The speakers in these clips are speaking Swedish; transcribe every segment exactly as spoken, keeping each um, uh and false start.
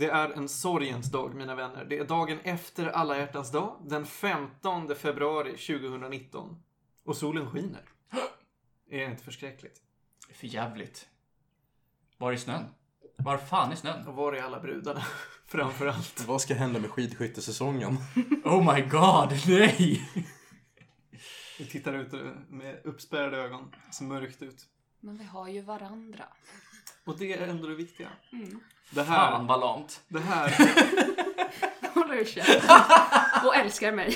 Det är en sorgens dag, mina vänner. Det är dagen efter alla hjärtans dag, den femtonde februari tjugonitton. Och solen skiner. Är det inte förskräckligt? Det är för jävligt. Var är snön? Var fan är snön? Och var är alla brudarna? Framförallt. Vad ska hända med skidskyttesäsongen? Oh my god, nej! Vi tittar ut med uppspärrade ögon. Så mörkt ut. Men vi har ju varandra. Och det är ändå det viktiga. Mm. Det här... Fan vad lamt. Det här... Håller du käft. Och älskar mig.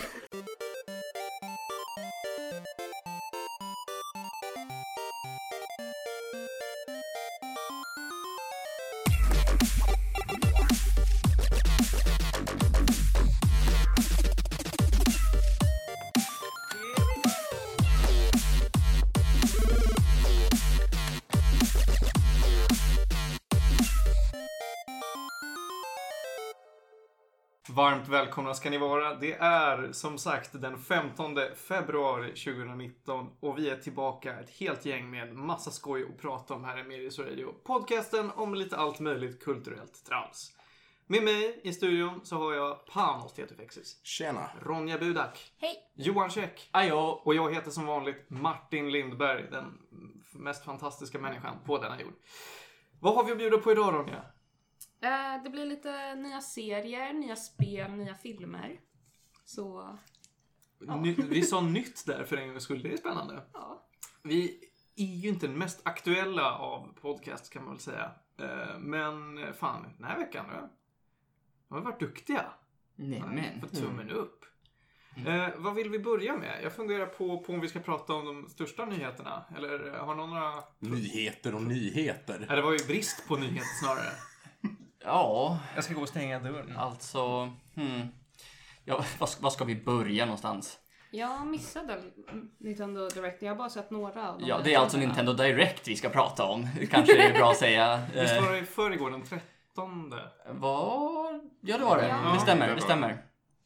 Varmt välkomna ska ni vara. Det är som sagt den femtonde februari tjugonitton och vi är tillbaka ett helt gäng med massa skoj att prata om här i Merius Radio. Podcasten om lite allt möjligt kulturellt trams. Med mig i studion så har jag Panos Tetufexis. Tjena. Ronja Budak. Hej. Johan Käck. Ajo. Och jag heter som vanligt Martin Lindberg, den mest fantastiska människan på denna jord. Vad har vi att bjuda på idag, Ronja? Uh, det blir lite nya serier, nya spel, nya filmer. Så... Ja. Ny, vi sa nytt där för en gångs skull. Det är spännande. Ja. Vi är ju inte den mest aktuella av podcast kan man väl säga. Uh, men fan, den här veckan nu har vi varit duktiga. Nej men. Fått tummen upp. Mm. Uh, vad vill vi börja med? Jag funderar på, på om vi ska prata om de största nyheterna. Eller har någon några... Nyheter och nyheter. Nej, det var ju brist på nyheter snarare. Ja, Jag ska gå och stänga dörren. alltså... Hmm. Ja, vad, vad ska vi börja någonstans? Jag missade Nintendo Direct. Jag har bara sett några av dem. Ja, det är alltså Nintendo Direct vi ska prata om. Kanske är bra att säga. Visst var det förrgår den trettonde? Vad? Ja, det var det. Ja. Det stämmer, det stämmer.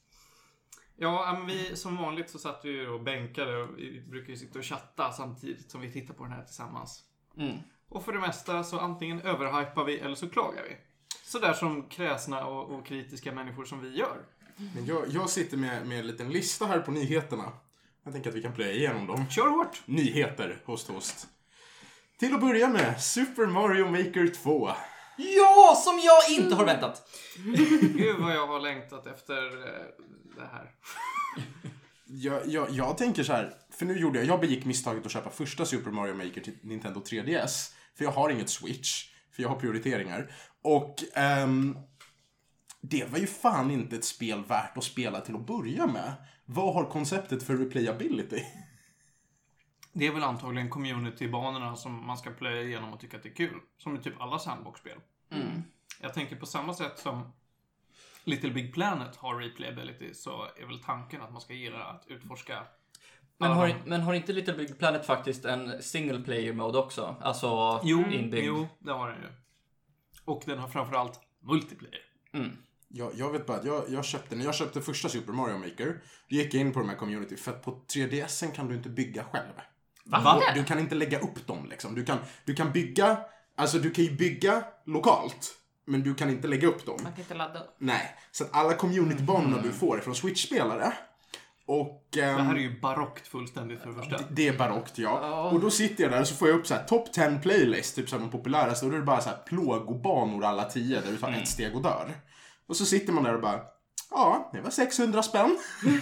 Ja, men vi som vanligt så satt vi ju och bänkade och vi brukar ju sitta och chatta samtidigt som vi tittar på den här tillsammans. Mm. Och för det mesta så antingen överhypar vi eller så klagar vi. Sådär som kräsna och, och kritiska människor som vi gör. Men jag, jag sitter med, med en liten lista här på nyheterna. Jag tänker att vi kan plöja igenom dem. Kör hårt! Nyheter, host host. Till att börja med Super Mario Maker två. Ja, som jag inte har väntat. Gud vad jag har längtat efter eh, det här. Jag, jag, jag tänker så här, för nu gjorde jag, jag begick misstaget att köpa första Super Mario Maker till Nintendo tre D S. För jag har inget Switch, för jag har prioriteringar. Och ehm, det var ju fan inte ett spel värt att spela till att börja med. Vad har konceptet för replayability? Det är väl antagligen community-banorna som man ska plöja igenom och tycka att det är kul. Som i typ alla sandbox-spel. Mm. Jag tänker på samma sätt som Little Big Planet har replayability så är väl tanken att man ska gilla att utforska. Men har, de... men har inte Little Big Planet faktiskt en single player mode också? Alltså jo, inbyggd. Jo, det har den ju. Och den har framförallt multiplayer. Mm. Jag, jag vet bara att jag, jag köpte, när jag köpte första Super Mario Maker, då gick jag in på de här community, för att på tre D S kan du inte bygga själv. Va? Du kan inte lägga upp dem liksom. Du kan, du kan bygga, alltså du kan ju bygga lokalt, men du kan inte lägga upp dem. Man kan inte ladda upp. Nej, så att alla communitybanorna mm. du får är från Switch-spelare. Och, um, det här är ju barockt fullständigt för det första. Det, det är barockt, ja. Och då sitter jag där och så får jag upp så här top tio playlist, typ som de populäraste. Och då är det bara så här plågobanor alla tio där du tar mm. ett steg och dör. Och så sitter man där och bara, ja, det var sexhundra spänn.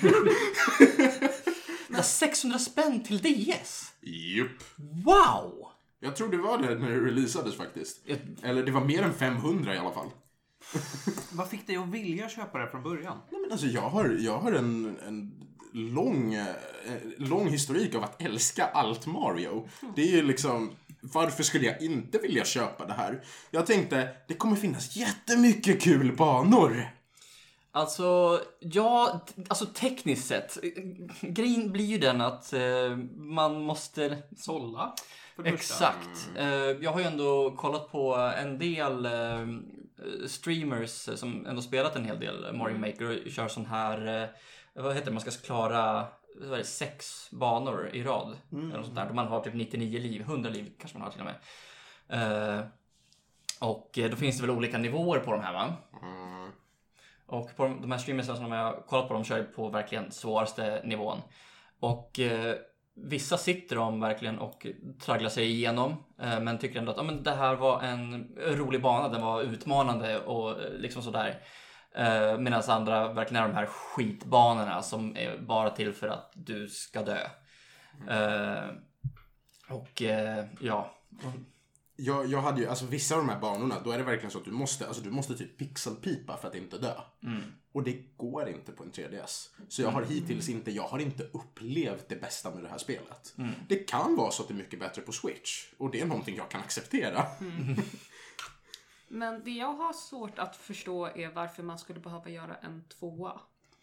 Det var sexhundra spänn till D S? Jupp. Wow! Jag tror det var det när det releasades faktiskt. Eller det var mer än femhundra i alla fall. Vad fick dig att vilja köpa det från början? Nej, men alltså jag har, jag har en, en lång, eh, lång historik av att älska allt Mario. Det är ju liksom, varför skulle jag inte vilja köpa det här? Jag tänkte, det kommer finnas jättemycket kul banor. Alltså, ja, alltså tekniskt sett. Grejen blir ju den att eh, man måste... Sålla. Exakt. Mm. Eh, jag har ju ändå kollat på en del eh, streamers som ändå spelat en hel del Mario Maker och kör sån här, eh, vad heter det, man ska klara vad är det, sex banor i rad. Mm. Eller sånt där. Man har typ nittionio liv, hundra liv kanske man har till och med. Eh, Och eh, då finns det väl olika nivåer på de här, va? Mm. Och på de, de här streamersen som jag har kollat på, de kör på verkligen svåraste nivån. Och eh, vissa sitter de verkligen och tragglar sig igenom. Eh, men tycker ändå att ah, men det här var en rolig bana, den var utmanande och eh, liksom sådär. Eh, Medan andra verkligen är de här skitbanorna som är bara till för att du ska dö. Eh, och eh, ja... Jag, jag hade ju, alltså vissa av de här banorna, då är det verkligen så att du måste, alltså du måste typ pixelpipa för att inte dö. Mm. Och det går inte på en tre D S. Så jag har hittills inte, jag har inte upplevt det bästa med det här spelet. Mm. Det kan vara så att det är mycket bättre på Switch. Och det är någonting jag kan acceptera. Mm. Men det jag har svårt att förstå är varför man skulle behöva göra en tvåa.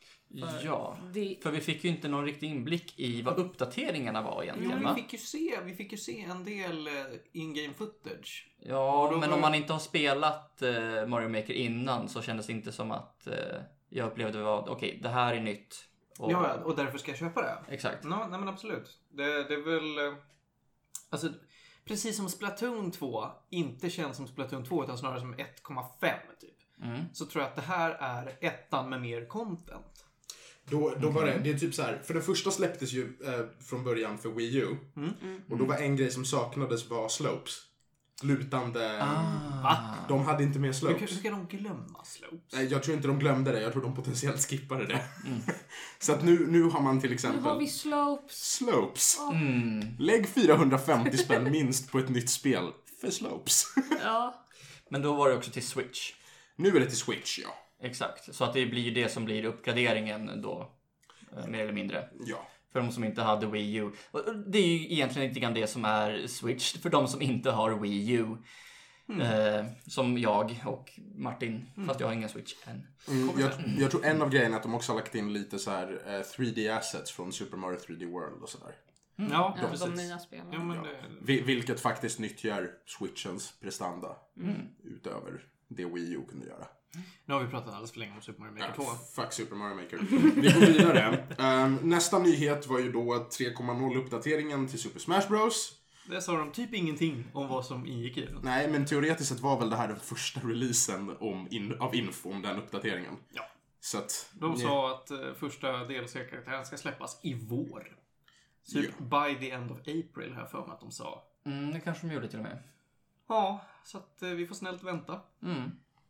För Ja, det... för vi fick ju inte någon riktig inblick i vad uppdateringarna var egentligen, Ja, va? vi fick ju se, vi fick ju se en del uh, in-game footage. Ja, då men var- om man inte har spelat eh, Mario Maker innan så kändes det inte som att eh, jag upplevde det var okej, okay, det här är nytt. Och... Ja, och därför ska jag köpa det. Exakt. No, nej men absolut. Det, det är väl... eh, Alltså, precis som Splatoon två inte känns som Splatoon två utan snarare som ett komma fem typ. Mm. Så tror jag att det här är ettan med mer content. Då, då var det, det är typ så här, för den första släpptes ju eh, från början för Wii U. Mm. Och då var en grej som saknades var slopes. Lutande... Ah. Va? De hade inte med Hur, slopes. hur ska de glömma slopes? Nej, jag tror inte de glömde det. Jag tror de potentiellt skippade det. Mm. Så att nu, nu har man till Nu exempel... har vi slopes. Slopes. Mm. Lägg fyrahundrafemtio spänn minst på ett nytt spel för slopes. Ja. Men då var det också till Switch. Nu är det till Switch, ja. Exakt, så att det blir ju det som blir uppgraderingen då. eh, Mer eller mindre. Ja. För de som inte hade Wii U. Och det är ju egentligen lite grann det som är Switch. För de som inte har Wii U. Mm. Eh, som jag och Martin. Fast jag har ingen Switch än. Mm, jag, jag tror en av grejerna är att de också har lagt in lite så här eh, tre D assets från Super Mario tre D World och sådär. Ja, Ja, precis. de nya spelen. Ja, men Ja. det, Vi, vilket faktiskt nyttjar Switchens prestanda. Mm. Utöver det Wii U kunde göra. nu har vi pratat alldeles för länge om Super Mario Maker två. Ja, fuck Super Mario Maker. Vi går vidare. Um, nästa nyhet var ju då tre komma noll-uppdateringen till Super Smash Bros. Det sa de typ ingenting om vad som ingick i den. Nej, men teoretiskt sett var väl det här den första releasen om in, av info om den uppdateringen. Ja. Så att... De sa att uh, första D L C-karaktären ska släppas i vår. Typ Ja. by the end of April har jag för mig att de sa. Mm, det kanske de gjorde till och med. Ja, så att uh, vi får snällt vänta. Mm.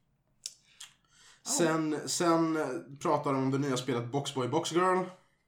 Sen, sen eh, pratar de om det nya spelet Boxboy Box Girl.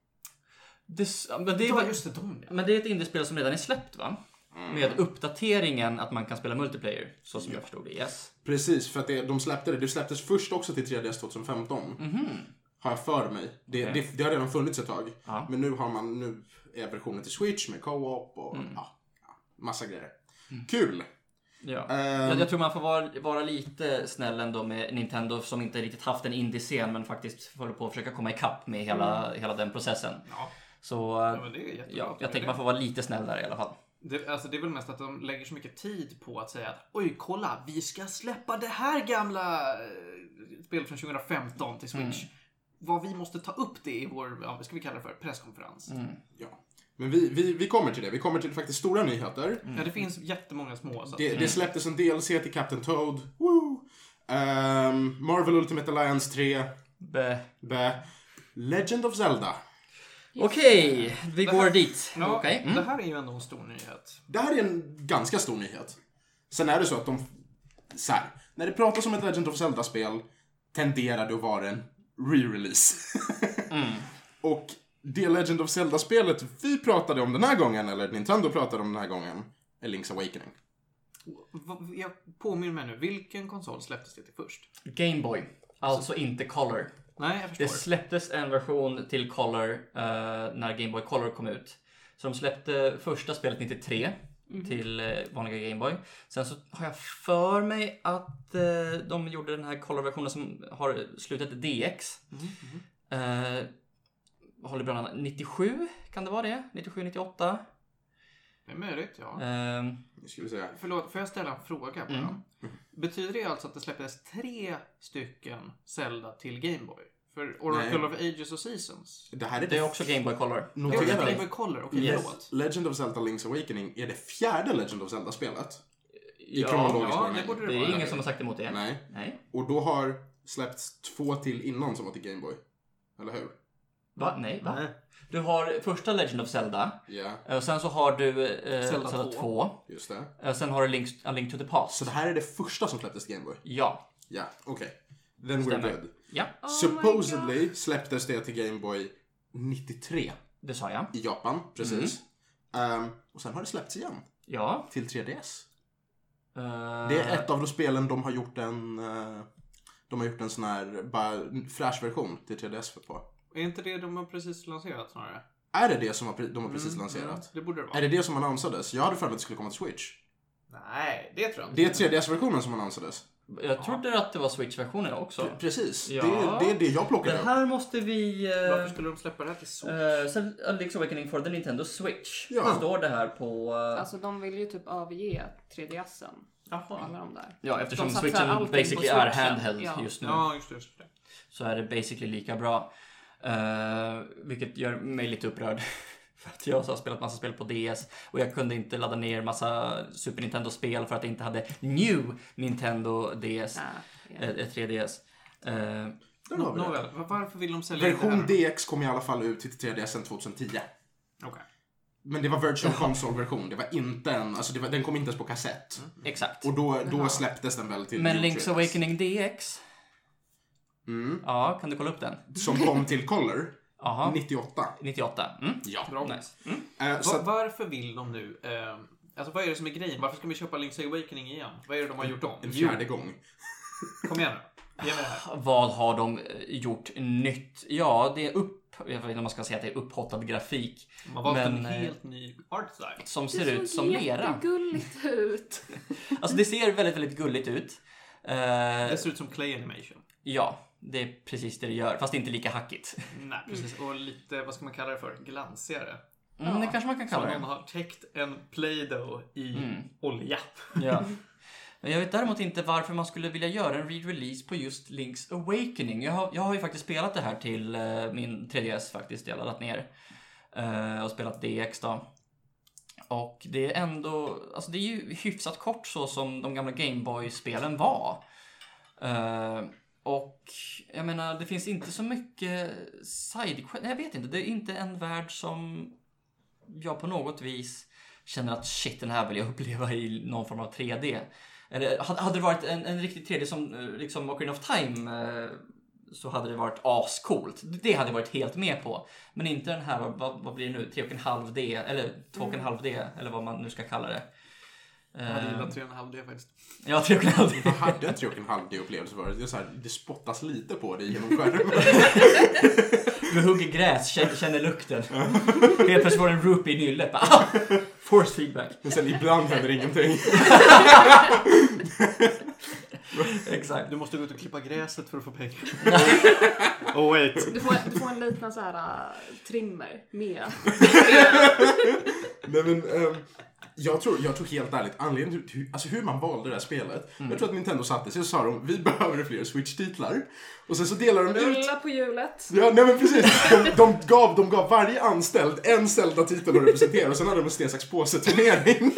Det, men, det är, Ja, väl- just det, de ja. men det är ett indiespel som redan är släppt, va? Med uppdateringen att man kan spela multiplayer. Så som jag förstod det, yes. Precis, för att det, de släppte det. Det släpptes först också till tre D S tjugohundrafemton. Mhm. Har jag för mig. Det, Okej. det, det har redan funnits ett tag. Ja. Men nu har man, nu är versionen till Switch med co-op och Mm. ja, ja, massa grejer. Kul! Ja. Ehm, Jag, jag tror man får vara, vara lite snäll ändå med Nintendo som inte riktigt haft en indie-scen men faktiskt håller på att försöka komma ikapp med hela, hela den processen. Ja, Så ja, men det är jättebra. ja, jag tänker man får vara lite snäll där i alla fall. Det, alltså det är väl mest att de lägger så mycket tid på att säga att oj, kolla, vi ska släppa det här gamla eh, spelet från tjugohundrafemton till Switch. Mm. Vad vi måste ta upp det i vår, ja, vad ska vi kalla det för, presskonferens. Mm. ja. Men vi, vi, vi kommer till det. Vi kommer till faktiskt stora nyheter. Ja, det finns jättemånga små. Så att, Det, det släpptes en D L C till Captain Toad. Woo! Ehm, Marvel Ultimate Alliance tre. Bä. Bä. Legend of Zelda. Okej, vi Det går här- dit. ja, Okej. Det Mm. här är ju ändå en stor nyhet. Det här är en ganska stor nyhet. Sen är det så att de... Så här, när det pratas om ett Legend of Zelda-spel tenderar det att vara en re-release. Mm. Och det Legend of Zelda-spelet vi pratade om den här gången, eller Nintendo pratade om den här gången, är Link's Awakening. Vad- Jag påminner mig nu, vilken konsol släpptes det till först? Game Boy. Alltså inte Color. Nej, jag förstår. Det släpptes en version till Color eh, när Game Boy Color kom ut. Så de släppte första spelet nittiotre till eh, vanliga Game Boy. Sen så har jag för mig att eh, de gjorde den här Color-versionen som har slutet D X. Eh, vad håller bra namn? nittiosju, kan det vara det? nittiosju nittioåtta. Det är möjligt, ja. Eh, Nu ska vi säga. Förlåt, får jag ställa en fråga bara? Mm. Betyder det alltså att det släpptes tre stycken Zelda till Game Boy? För Oracle Nej. of Ages och Seasons? Det här är det är också Game Boy Color. Det är Notera Game det. Boy Color, okej, Yes. förlåt. Legend of Zelda Link's Awakening är det fjärde Legend of Zelda-spelet. I Ja, kronologisk ja, ordning. det borde Det det är vara. ingen som har sagt emot det. Nej. Nej. Och då har släppts två till innan som var till Game Boy. Eller hur? Va? Nej, va? Nej. Du har första Legend of Zelda. Ja, Och sen så har du eh, Zelda Zelda två. två. just det. Och sen har du Link, A Link to the Past. Så det här är det första som släpptes till Game Boy? Ja. Ja, okej. Then we're Stämmer. good. Ja, Oh Supposedly släpptes det till Game Boy nittiotre det sa jag. i Japan, precis. Ehm, och sen har det släppts igen Ja. till tre D S. Uh, Det är ett av de spelen de har gjort en eh, de har gjort en sån här bara fräsch version till tre D S för på. Är inte det de har precis lanserat snarare? Är det det som har pre- de har precis Mm, lanserat? mm, det borde det vara. Är det det som annonsades? Jag hade för mig att det skulle komma till Switch. Nej, det tror jag inte. Det är tre D S-versionen som annonsades. Jag trodde att det var Switch-versionen också. Pre- Precis. Ja. Det, det är det jag plockade Det upp. här måste vi... eh, Varför skulle de släppa det här till Switch? Uh, sen Link's Awakening for the Nintendo Switch. Ja. Står det här på... eh, Alltså de vill ju typ överge tre D S'en. Jaha. Alla de där. ja, eftersom de satsar Switchen allting på basically är Switchen. handheld Ja. just nu. Ja, just det. Just det. Så är det basically lika bra. Uh, vilket gör mig lite upprörd. För att jag har spelat massa spel på D S. Och jag kunde inte ladda ner massa Super Nintendo-spel för att jag inte hade New Nintendo D S. Ja, ja. eh, tre D S. Uh, Där har vi det. Nåväl, varför vill de sälja Version det här? D X kom i alla fall ut till tre D S tjugohundratio. Okej. Men det var Virtual Console-version. Det var inte en, alltså det var, den kom inte ens på kassett. exakt. Och då, då Jaha. släpptes den väl till Men New Link's tre D S. Awakening D X. Mm. Ja, kan du kolla upp den? Som kom till Color Aha. nittioåtta. nittioåtta. Mm. Ja. Bra. Nice. Mm. Eh, så Va- att, varför vill de nu... Eh, alltså vad är det som är grejen? Varför ska vi köpa Link's Awakening igen? Vad är det de har gjort om? en fjärde gång. Kom igen nu. Ge mig det här. Vad har de eh, gjort nytt? Ja, det är upp... Jag vet inte om man ska säga att det är upphottad grafik. De har valt Men, en eh, helt ny art style. Som Det ser ut såg som lera. jättegulligt ut. Alltså det ser väldigt, väldigt gulligt ut. Eh, Det ser ut som Clay Animation. ja, det är precis det det gör. Fast inte lika hackigt. Nej, precis. Och lite, vad ska man kalla det för? Glansigare. Mm, Ja. Det kanske man kan Som kalla någon det. har täckt en Play-Doh i Mm. olja. Ja. Men jag vet däremot inte varför man skulle vilja göra en re-release på just Link's Awakening. Jag har, jag har ju faktiskt spelat det här till eh, min tre D S faktiskt. Jag har laddat ner. Eh, och spelat D X då. Och det är ändå, alltså det är ju hyfsat kort så som de gamla Game Boy-spelen var. Eh, och jag menar, det finns inte så mycket side... Jag vet inte, det är inte en värld som jag på något vis känner att shit, den här vill jag uppleva i någon form av tre D. Eller hade det varit en, en riktig tre D som eh, liksom Ocarina of Time eh, så hade det varit ascoolt. Det hade jag varit helt med på. Men inte den här, vad, vad blir det nu? tre och en halv D eller två och en halv D eller vad man nu ska kalla det. Jag hade Eh, gillat tre och en halv D faktiskt. ja, tre och en halv D. Jag hade en tre och en halv D-upplevelse för det. Det, är så här, det spottas lite på det genom skärmen. Du hugger gräs, känner, känner lukten. Helt plötsligt får en rupee i nyllet. Bara, ah! Force feedback. Men sen ibland händer ingenting. Exakt. Du måste gå ut och klippa gräset för att få pengar. Oh wait. Du får, du får en liten så här uh, trimmer med. Nej, men, ehm, jag, tror, jag tror helt ärligt, anledningen till hur, alltså hur man valde det här spelet. Jag tror att Nintendo satte sig och sa de, vi behöver fler Switch-titlar. Och sen så delar de ut... Rulla på hjulet. Ja, nej men precis. De, de, gav, de gav varje anställd en Zelda-titel att representera och sen hade de en sten, sax, påse-turnering.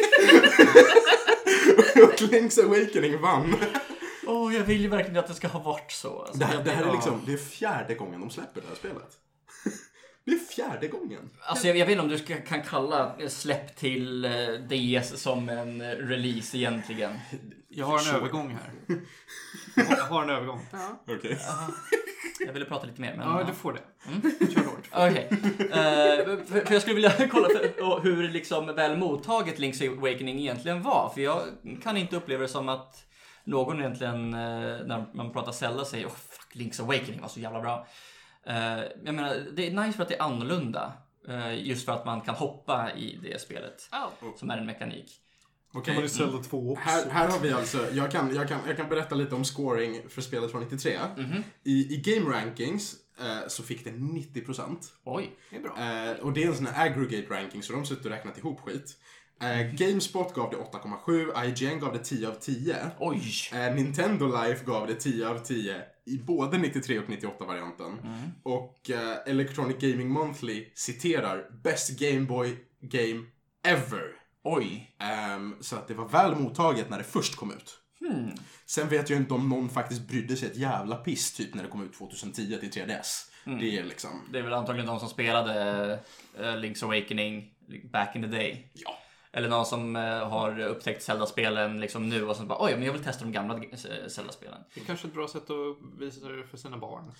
Och Link's Awakening vann. Åh, oh, jag vill ju verkligen att det ska ha varit så. Alltså, Det här, jag- det här är ja. liksom, det är fjärde gången de släpper det här spelet. Det är fjärde gången. Alltså jag, jag vet inte om du ska, kan kalla släpp till eh, D S som en eh, release egentligen. Jag har en Sure. övergång här. Jag har en övergång. Ja. Okej. Jag ville prata lite mer men... Ja, ja. du får det. Kör hårt. Okej. Eh, för, för jag skulle vilja kolla för, hur liksom väl mottaget Link's Awakening egentligen var. För jag kan inte uppleva det som att någon egentligen, eh, när man pratar Zelda, säger åh, fuck, Link's Awakening var så jävla bra. Eh, jag menar, det är nice för att det är annorlunda. Eh, just för att man kan hoppa i det spelet. Oh. Som är en mekanik. Okej. Kan man Zelda två också? Här, här har vi alltså, jag kan, jag, kan, jag kan berätta lite om scoring för spelet från nittiotre. Mhm. I, I Game Rankings eh, så fick det nittio procent. Oj. Det är bra. Eh, och det är en sån här aggregate ranking så de suttit och räknat ihop skit. Eh, GameSpot gav det åtta komma sju, I G N gav det tio av tio. Oj. Eh, Nintendo Life gav det tio av tio i både nittiotre och nittioåtta-varianten. Och eh, Electronic Gaming Monthly citerar Best Game Boy Game Ever Oj. Um, så att det var väl mottaget när det först kom ut. Hmm. Sen vet jag inte om någon faktiskt brydde sig ett jävla piss typ när det kom ut tjugohundratio till tre D S. Mm. Det är liksom... Det är väl antagligen de som spelade uh, Link's Awakening back in the day. Ja. Eller någon som uh, har upptäckt Zelda-spelen liksom nu och så bara oj, men jag vill testa de gamla uh, Zelda-spelen. Det är kanske ett bra sätt att visa det för sina barn.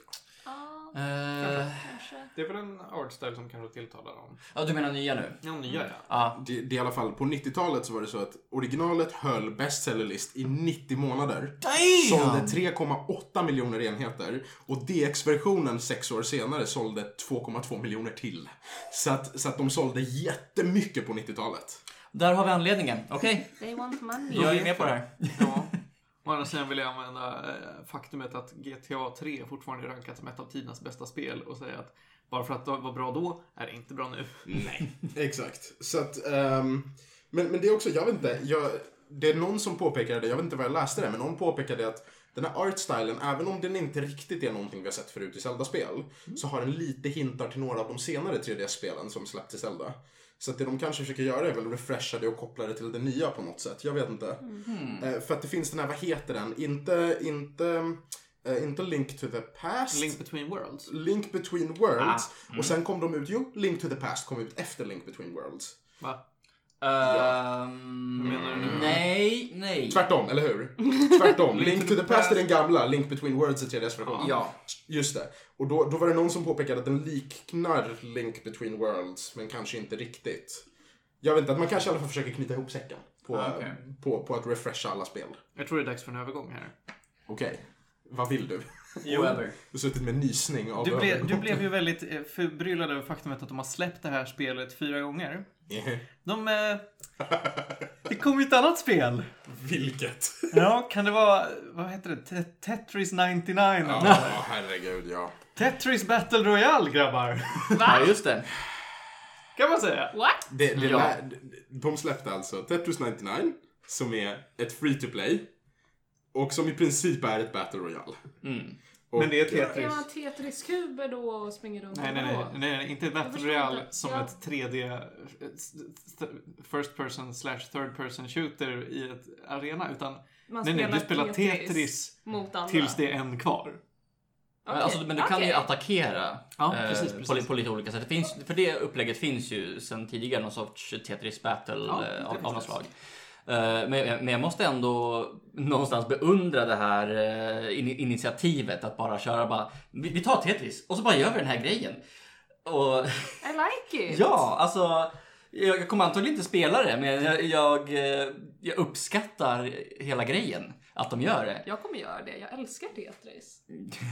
Ja, Uh, kanske. Det är väl en artstyle som kanske tilltalar dem. ja, du menar nya nu? Ja, nya ja. Ja. Det, det är i alla fall, på nittiotalet så var det så att originalet höll bestsellerlist i nittio månader. Damn! Sålde tre komma åtta miljoner enheter. Och D X-versionen sex år senare sålde två komma två miljoner till. Så att, så att de sålde jättemycket på nittiotalet. Där har vi anledningen. Okej. Okay. They want money. Jag är med på det här. Ja. Å andra sidan vill jag använda eh, faktumet att G T A tre fortfarande är rankat som ett av tidernas bästa spel och säga att bara för att det var bra då är det inte bra nu. Nej, exakt. Så att, um, men, men det är också, jag vet inte, jag, det är någon som påpekade det, jag vet inte vad jag läste det, men någon påpekade att den här artstylen, även om den inte riktigt är någonting vi har sett förut i Zelda-spel, mm. så har den lite hintar till några av de senare tre D S-spelen som släppte till Zelda. Så att det de kanske försöker göra är väl refresha det och koppla det till det nya på något sätt. Jag vet inte. Mm. Eh, för att det finns den här, vad heter den? Inte, inte, eh, inte Link to the Past. Link Between Worlds. Link Between Worlds. Ah. Mm. Och sen kom de ut, jo, Link to the Past kom ut efter Link Between Worlds. Va? Ja. Um, menar du nu? Nej, nej. Tvärtom, eller hur? Tvärtom. Link to the Past är den gamla, Link Between Worlds är tre D S-versionen. Ja. Just det. Och då, då var det någon som påpekade att den liknar Link Between Worlds, men kanske inte riktigt. Jag vet inte, att man kanske i alla fall försöker knyta ihop säcken på, Ah, okay. på, på att refresha alla spel. Jag tror det är dags för en övergång här. Okej, okay. Vad vill du? Jo. Du har suttit med nysning av du, ble, du blev ju väldigt förbryllad över faktumet att de har släppt det här spelet fyra gånger. De... Eh, det kom ju ett annat spel. Vilket? Ja, kan det vara... Vad heter det? Tetris nittionio? Ja, herregud, ja. Tetris Battle Royale, grabbar. Va? Ja, just det. Kan man säga. What? Det, det ja. lär, de släppte alltså Tetris nittionio, som är ett free-to-play. Och som i princip är ett Battle Royale. Mm. Och, men det är Kan Tetris. man Tetris-kuber då och springa runt? Nej, nej, nej, nej, nej. Inte ett Battle Royale som ja. ett tre D first person slash third person shooter i ett arena. Utan man nej, nej, du spelar Tetris, Tetris mot andra. Tills det är en kvar. Okay. Alltså, men du kan okay. ju attackera ja, precis, eh, precis. På, på lite olika sätt. Det finns, för det upplägget finns ju sedan tidigare någon sorts Tetris Battle ja, eh, av, av något slag. Men, men jag måste ändå någonstans beundra det här uh, initiativet att bara köra bara, vi, vi tar Tetris och så bara gör vi den här grejen. Och, I like it! Ja, alltså jag, jag kommer antagligen inte spela det, men jag, jag, jag uppskattar hela grejen, att de gör det. Jag kommer göra det, jag älskar Tetris.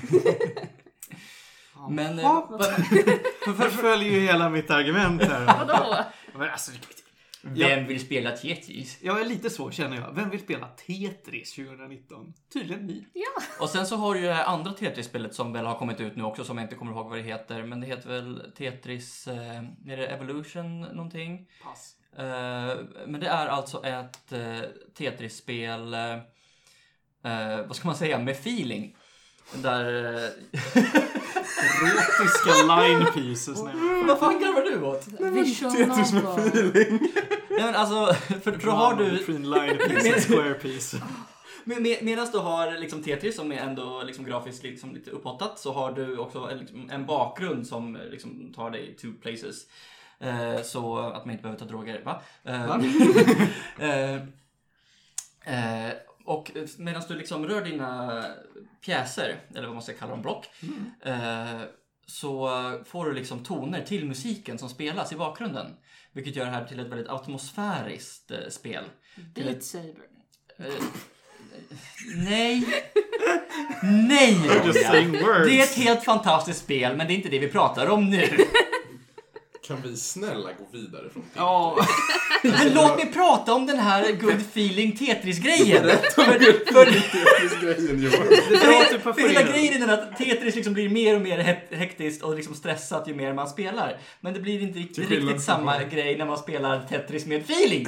Men ja. För följer ju hela mitt argument här. Vadå? Men alltså, vem vill spela Tetris? Jag är lite så, känner jag. Vem vill spela Tetris tjugonitton? Tydligen ni. Ja. Och sen så har du ju det här andra Tetris-spelet som väl har kommit ut nu också, som jag inte kommer ihåg vad det heter. Men det heter väl Tetris... Eh, är det Evolution någonting? Pass. Eh, men det är alltså ett eh, Tetris-spel... Eh, vad ska man säga? Med feeling. Där... Eh, erotiska line pieces. Mm, vad fan garvar du åt? Tetris med feeling. Ja, men alltså, för, för då har du... line piece square piece. Med, med, medan du har liksom Tetris som är ändå liksom grafiskt liksom lite upphottat, så har du också liksom en bakgrund som liksom tar dig to places. Eh, så att man inte behöver ta droger, va? Eh, va? eh, eh, och medan du liksom rör dina pjäser, eller vad man ska kalla dem, block, mm. eh, så får du liksom toner till musiken som spelas i bakgrunden. Vilket gör det här till ett väldigt atmosfäriskt eh, spel. Beat Saber. Eh, nej. Nej. Det är ett helt fantastiskt spel, men det är inte det vi pratar om nu. Kan vi snälla gå vidare från det? Ja. Men låt mig prata om den här good feeling Tetris-grejen. Berätta om good feeling Tetris-grejen, Johan. För hela grejen är att Tetris liksom blir mer och mer hektiskt och liksom stressat ju mer man spelar. Men det blir inte riktigt, riktigt samma grej när man spelar Tetris med feeling.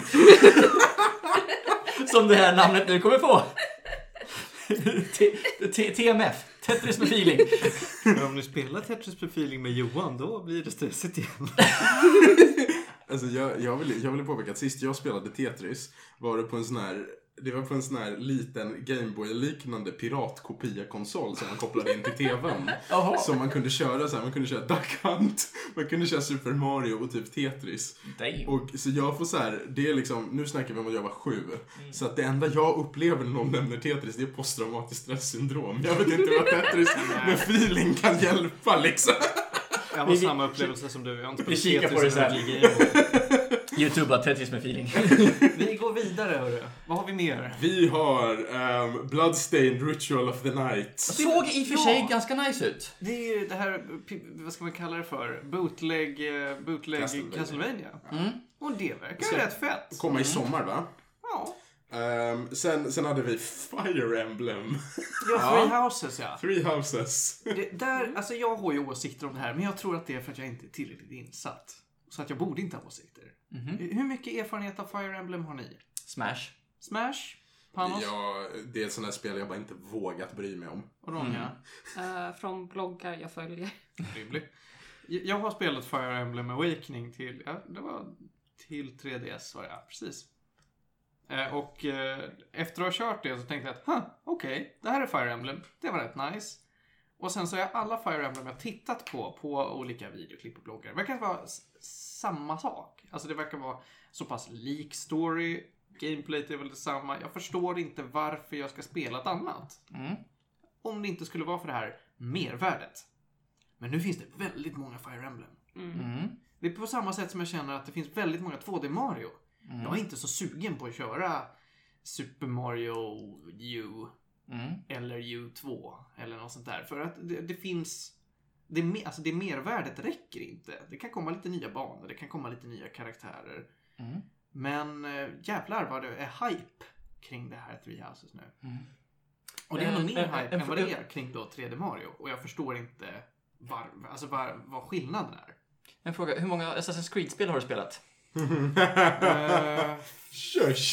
Som det här namnet nu kommer få. T M F. Tetris med feeling. Men om du spelar Tetris med feeling med Johan, då blir det stressigt igen. Alltså jag, jag, vill, jag vill påpeka att sist jag spelade Tetris var det på en sån här, det var på en sån här liten Gameboy-liknande piratkopia-konsol som man kopplade in till tvn. Som man kunde köra så här, man kunde köra Duck Hunt, man kunde köra Super Mario och typ Tetris. Damn. Och så jag får så här, det är liksom, nu snackar vi om att jag var sju. Mm. Så att det enda jag upplever när någon nämner Tetris, det är posttraumatiskt stresssyndrom. Jag vet inte vad Tetris med feeling kan hjälpa liksom. Jag har samma upplevelse som du. Jag har inte vi kikar på det så här. YouTube har Tetris med feeling. Vi går vidare, hörru. Vad har vi mer? Vi har um, Bloodstained Ritual of the Night. Såg i och för sig ja. ganska nice ut. Det är ju det här, vad ska man kalla det för? Bootleg, bootleg Castlevania. Castlevania. Mm. Och det verkar så rätt fett. Komma mm. i sommar, va? Ja. Um, sen, sen hade vi Fire Emblem. Ja, Three Houses, ja. Three Houses. Det, där, alltså jag har ju åsikter om det här, men jag tror att det är för att jag inte är tillräckligt insatt. Så att jag borde inte ha åsikter. Mm-hmm. Hur mycket erfarenhet av Fire Emblem har ni? Smash. Smash? Panos? Ja, det är ett sånt här spel jag bara inte vågat bry mig om. Och Ronja? Mm. Uh, från bloggar jag följer. Rimligt. Jag har spelat Fire Emblem Awakening till, ja, det var till tre D S var det, precis. Eh, och eh, efter att ha kört det så tänkte jag att, huh, okej, okay, det här är Fire Emblem, det var rätt nice. Och sen så är alla Fire Emblem jag tittat på, på olika videoklipp och bloggar, det verkar vara s- samma sak. Alltså det verkar vara så pass lik story, gameplay är väl detsamma. Jag förstår inte varför jag ska spela ett annat. Mm. Om det inte skulle vara för det här mervärdet. Men nu finns det väldigt många Fire Emblem. Mm. Mm. Det är på samma sätt som jag känner att det finns väldigt många två D Mario. Mm. Jag är inte så sugen på att köra Super Mario U mm. eller U två eller något sånt där. För att det, det finns... Det, mer, alltså det mervärdet räcker inte. Det kan komma lite nya banor, det kan komma lite nya karaktärer. Mm. Men äh, jävlar vad det är hype kring det här Three Houses nu. Mm. Och det är nog mer äh, hype äh, än vad det är kring då tre D Mario. Och jag förstår inte var, alltså var, vad skillnaden är. En fråga, hur många Assassin's Creed-spel har du spelat? uh, Shush!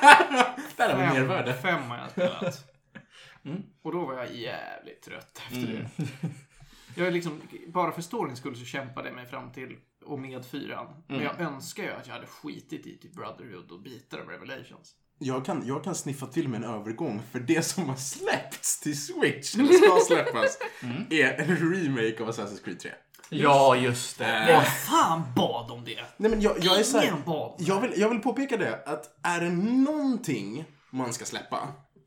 Där har vi mervärde. Fem har jag spelat. Mm. Och då var jag jävligt trött efter mm. det. Jag är liksom, bara för storyn skulle så kämpade jag mig fram till och med fyran. Mm. Men jag önskar ju att jag hade skitit i typ Brotherhood och bitar av Revelations. Jag kan, jag kan sniffa till med en övergång, för det som har släppts till Switch, eller ska släppas, mm. är en remake av Assassin's Creed tre. Ja, just det. Vad fan bad om det? Nej, men jag, jag är så här, Ingen bad. jag vill, jag vill påpeka det, att är det någonting man ska släppa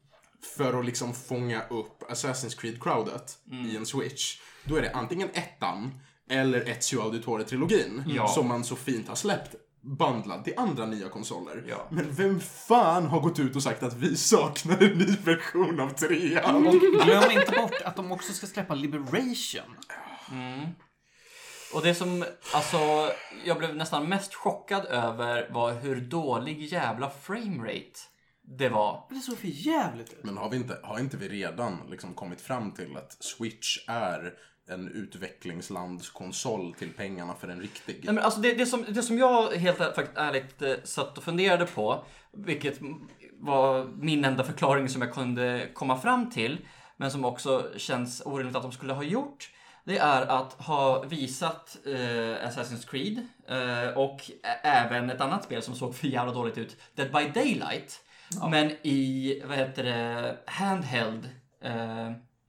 för att liksom fånga upp Assassin's Creed-crowdet mm. i en Switch, då är det antingen ettan eller Ezio Auditore-trilogin ja. som man så fint har släppt bandlad till andra nya konsoler. Ja. Men vem fan har gått ut och sagt att vi saknar en ny version av trean? Och glöm inte bort att de också ska släppa Liberation. Mm. Och det som alltså, jag blev nästan mest chockad över var hur dålig jävla framerate det var. Det såg för jävligt ut. Men har, vi inte, har inte vi redan liksom kommit fram till att Switch är en utvecklingslandskonsol till pengarna för en riktig? Nej, men alltså det, det, som, det som jag helt faktiskt ärligt eh, satt och funderade på, vilket var min enda förklaring som jag kunde komma fram till, men som också känns orimligt att de skulle ha gjort, det är att ha visat eh, Assassin's Creed eh, och ä- även ett annat spel som såg för jävla dåligt ut, Dead by Daylight. Ja. Men i, vad heter det, handheld eh,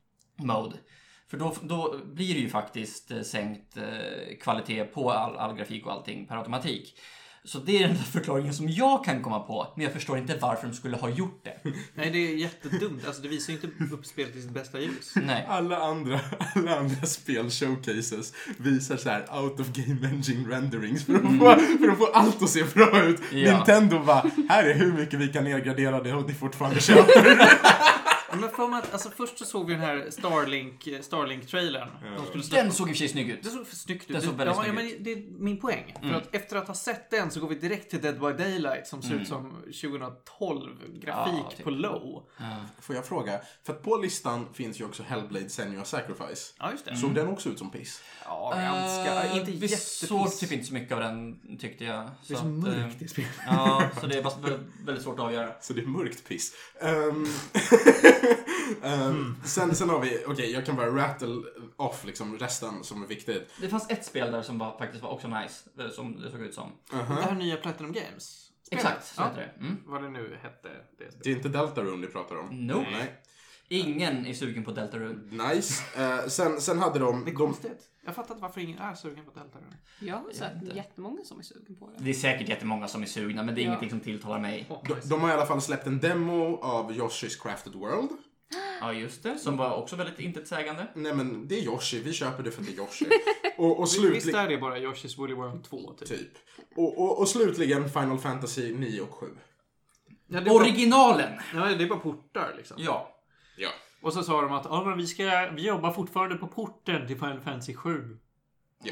mode. För då, då blir det ju faktiskt eh, sänkt eh, kvalitet på all, all grafik och allting per automatik. Så det är den förklaringen som jag kan komma på. Men jag förstår inte varför de skulle ha gjort det. Nej, det är jättedumt. Alltså det visar ju inte upp spelet i sitt bästa ljus. Nej. Alla andra, alla andra spel showcases visar så här out of game engine renderings för att, mm. få, för att få allt att se bra ut. Ja. Nintendo bara, här är hur mycket vi kan nedgradera det och ni fortfarande köper. Men för mig att, alltså först så såg vi den här Starlink, Starlink-trailern. Ja. De den såg i och för sig snygg ut. Det såg för snyggt ut. Den såg väldigt ja, snygg ja, men ut. det är min poäng. Mm. För att efter att ha sett den så går vi direkt till Dead by Daylight som ser mm. ut som tjugohundratolv grafik ja, typ. På low. Ja. Får jag fråga? För att på listan finns ju också Hellblade Senua's Sacrifice. Ja, just det. Såg mm. den också ut som piss? Ja, ganska. Uh, inte vi jättepiss. såg typ inte så mycket av den, tyckte jag. Det är så, så mörkt i spelet. Ja, så det är bara väldigt svårt att avgöra. Så det är mörkt piss. Um... um, sen, sen har vi, okej okay, jag kan bara rattle off liksom resten som är viktigt. Det fanns ett spel där som var, faktiskt var också nice, som det såg ut som. Uh-huh. Det här nya Platinum Games. Exakt, så ja. heter det. Mm. Vad det nu hette. Det, det är inte Deltarune ni pratar om. Nope. Nej. Ingen är sugen på Deltarune. Nice. Uh, sen, sen hade de... Det är konstigt. Jag fattar inte varför ingen är sugen på Deltarune. Jag har sett jättemånga som är sugen på det. Det är säkert jättemånga som är sugna, men det är ja. ingenting som tilltalar mig. Oh, de, de har i alla fall släppt en demo av Yoshi's Crafted World. Ja, just det. Som var också väldigt intetsägande. Nej, men det är Yoshi. Vi köper det för att det är Yoshi. och, och slutligen... Visst är det bara Yoshi's Woolly World två, typ? typ. Och, och, och slutligen Final Fantasy nio och sju. Ja, det Originalen! Bara, ja, det är bara portar, liksom. Ja. Ja. Och så sa de att ja, men vi, ska, vi jobbar fortfarande på porten till Final Fantasy sju. Ja.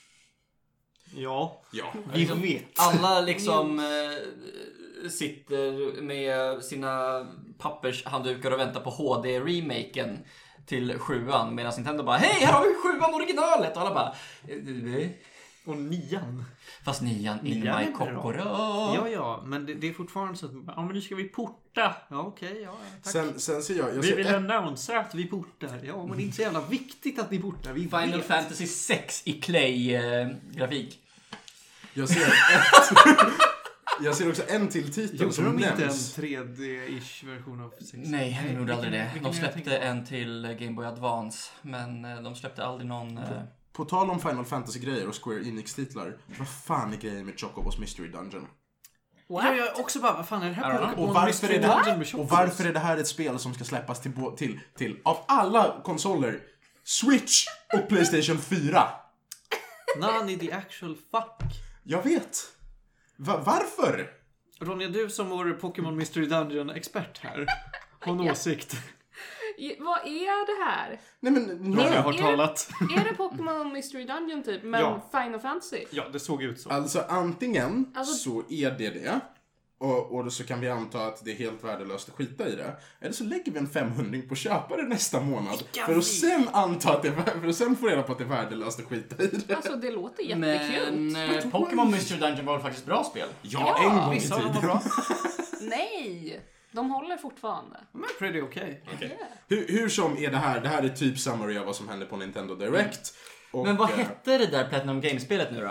Ja. Ja. Vi vet. Alla liksom eh, sitter med sina pappershanddukar och väntar på H D-remaken till sjuan. Medan Nintendo bara, hej, här har vi sjuan originalet! Och alla bara, eh, och nian. Fast nian, in nian my kokoro. Ja, ja, men det, det är fortfarande så att, ja men nu ska vi porta. Ja, okej, okay, ja, tack. Sen, sen ser jag... jag vi ser vill ett... annonsa att vi portar. Ja, men det är inte så jävla viktigt att ni portar. Vi Final vet. Fantasy sex i Clay-grafik. Jag ser ett... jag ser också en till titel Gjorde som de nämns. inte en tre D-ish version av sex? Nej, de gjorde aldrig det. vilken De är jag släppte tänker på? en till Game Boy Advance. Men eh, de släppte aldrig någon... eh, På tal om Final Fantasy-grejer och Square Enix-titlar. Vad fan är grejen med Chocobos Mystery Dungeon? What? Jag är också bara, vad fan är det här? I don't know. Pokémon Och varför, Mystery är det Dungeon här, med och Chocobos? varför är det här ett spel som ska släppas till, bo- till, till av alla konsoler, Switch och PlayStation fyra? Nani the actual fuck. Jag vet. Va- varför? Ronja, du som vår Pokémon Mystery Dungeon-expert här. Har en åsikt. I, vad är det här? Nej men... Nu har jag Nej. har är- talat. Är det Pokémon Mystery Dungeon typ, men Ja. Final Fantasy? Ja, det såg ut så. Alltså antingen Alltså- så är det det. Och, och så kan vi anta att det är helt värdelöst att skita i det. Eller så lägger vi en femhundring på att köpa det nästa månad. Vilka För att vi- sen anta att det är, vär- för att sen få reda på att det är värdelöst att skita i det. Alltså det låter Men jättekul. eh, Pokémon Mystery Dungeon var faktiskt bra spel. Ja, Ja, en gång i Vissa av dem var tiden. bra. Nej! De håller fortfarande. Men pretty okay. Yeah. Hur, hur som är det här, det här är typ summary av vad som hände på Nintendo Direct. Och, Men vad eh, hette det där Platinum Games-spelet nu då?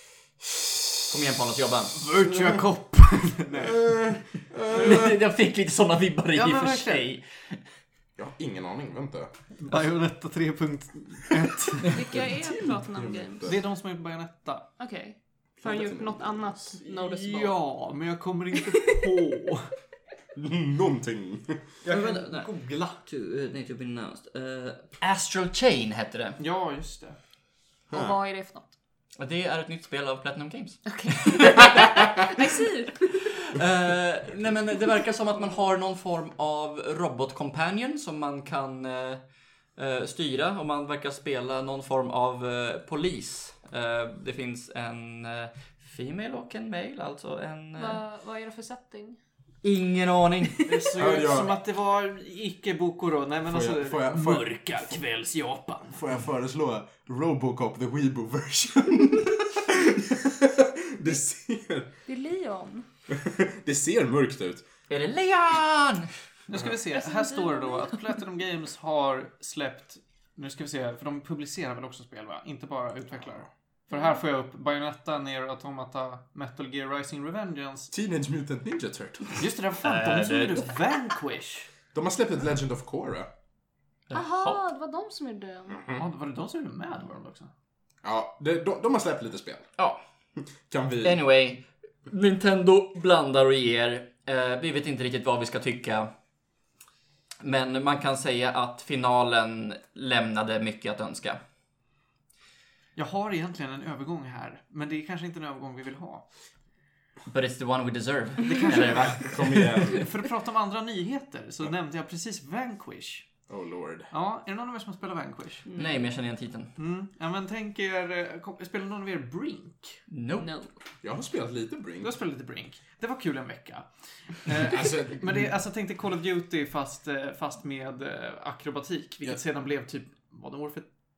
Kom igen Panos, jobba. Virtua Cop. Jag fick lite såna vibbar i Ja, och men för verkligen. sig. Jag har ingen aning, vänta. Bayonetta tre punkt ett. Vilka är Platinum Games? Det är de som har gjort Bayonetta. Okej. Har de gjort något annat noticeable? Ja, men jag kommer inte på. Någonting. Jag Men kan vänta, nej. googla. To, uh, need to be announced. Uh, Astral Chain hette det. Ja, just det. Och vad är det för något? Och det är ett nytt spel av Platinum Games. I see! Eh, nej men det verkar som att man har någon form av robot-companion som man kan eh, eh, styra och man verkar spela någon form av eh, polis. Eh, det finns en eh, female och en male, alltså en... Eh, Va, vad är det för setting? ingen aning. Det såg Ja, ut ja. som att det var icke-bokoro. Nej, men Får jag- alltså... får jag- får jag- mörka kvälls-Japan. Får jag föreslå Robocop the Weeble version? det ser... Det är Leon. Det ser mörkt ut. Är det Leon? Nu ska vi se. Här står det då att Platinum Games har släppt... Nu ska vi se. För de publicerar väl också spel, va? Inte bara utvecklare. För här får jag upp Bayonetta, Nier Automata, Metal Gear Rising Revengeance. Teenage Mutant Ninja Turtles. Just det, där fan. De som gjorde upp Vanquish. De har släppt ett Legend of Korra. Aha, det var de som gjorde den. Ja, var det de som gjorde Mad World också? Ja, det, de, de har släppt lite spel. Ja. Kan vi... Anyway, Nintendo blandar och ger. Eh, vi vet inte riktigt vad vi ska tycka. Men man kan säga att finalen lämnade mycket att önska. Jag har egentligen en övergång här. Men det är kanske inte en övergång vi vill ha. But it's the one we deserve. Det kanske Eller, va? Kom igen. För att prata om andra nyheter så nämnde jag precis Vanquish. Oh lord. Ja, är det någon av er som spelar Vanquish? Nej, men jag känner igen titeln. Mm. Ja, men tänk er... eh, kom- Spelar någon av er Brink? Nope. No. Jag har spelat lite Du Brink. har spelat lite Brink. Det var kul en vecka. Eh, Alltså, men det är, alltså tänk dig Call of Duty fast, eh, fast med eh, akrobatik. Vilket Ja. sedan blev typ, vad det år för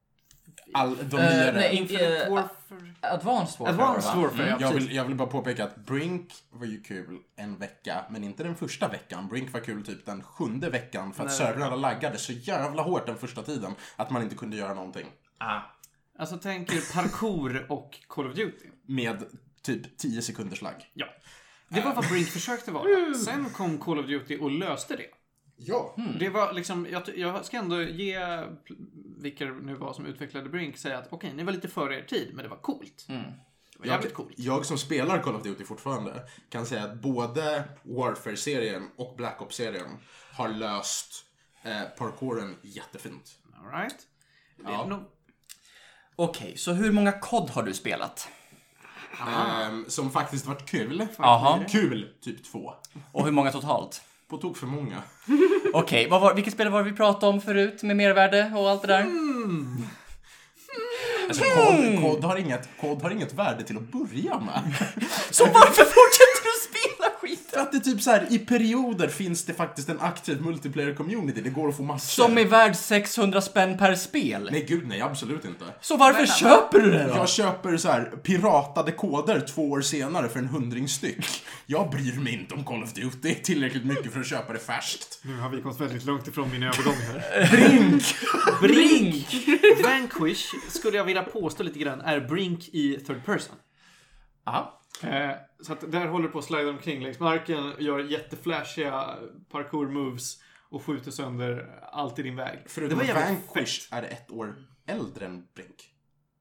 All, de Uh, nyare. nej, in, Infinite uh, Warfare. Advanced Warfare. Advanced va? Warfare, ja, Jag precis. vill, jag vill bara påpeka att Brink var ju kul en vecka, men inte den första veckan. Brink var kul typ den sjunde veckan för att Nej. servrarna laggade så jävla hårt den första tiden att man inte kunde göra någonting. Ah. Alltså tänker parkour och Call of Duty. Med typ tio sekunders lagg. Ja. Det var vad Brink försökte vara. Sen kom Call of Duty och löste det. Ja. Det var liksom, jag, jag ska ändå ge vilka det nu var som utvecklade Brink säga att okej, okay, ni var lite före er tid, men det var coolt. Mm. Det var jävligt coolt. Jag som spelar Call of Duty fortfarande kan säga att både Warfare-serien och Black Ops-serien har löst eh, parkouren jättefint. All right. Det är Ja. nog... Okej, okay, så hur många C O D har du spelat? Ehm, som faktiskt varit kul. Jaha. Kul, typ två. Och hur många totalt? På tok för många. Okej, okay, var, vilket spel var det vi pratade om förut med mervärde och allt det där? Mm. Alltså, kod, kod, har inget, kod har inget värde till att börja med. Så varför fortsätter du spela skiten? För att det typ så här, i perioder finns det faktiskt en aktiv multiplayer community. Det går att få massor. Som är värd sexhundra spänn per spel? Nej gud, nej absolut inte. Så varför Vänta, köper du det då? Jag köper så här piratade koder två år senare för en hundring styck. Jag bryr mig inte om Call of Duty tillräckligt mycket för att köpa det färskt. Nu har vi kommit väldigt långt ifrån min övergång här. Brink! Brink! Vanquish skulle jag vilja påstå lite grann är Brink i third person. Aha. Eh, så att där håller på att slida omkring längs marken, gör jätteflashiga parkour moves och skjuter sönder allt i din väg. Förutom det att var jävligt Vanquish fett. är det ett år äldre än Brink.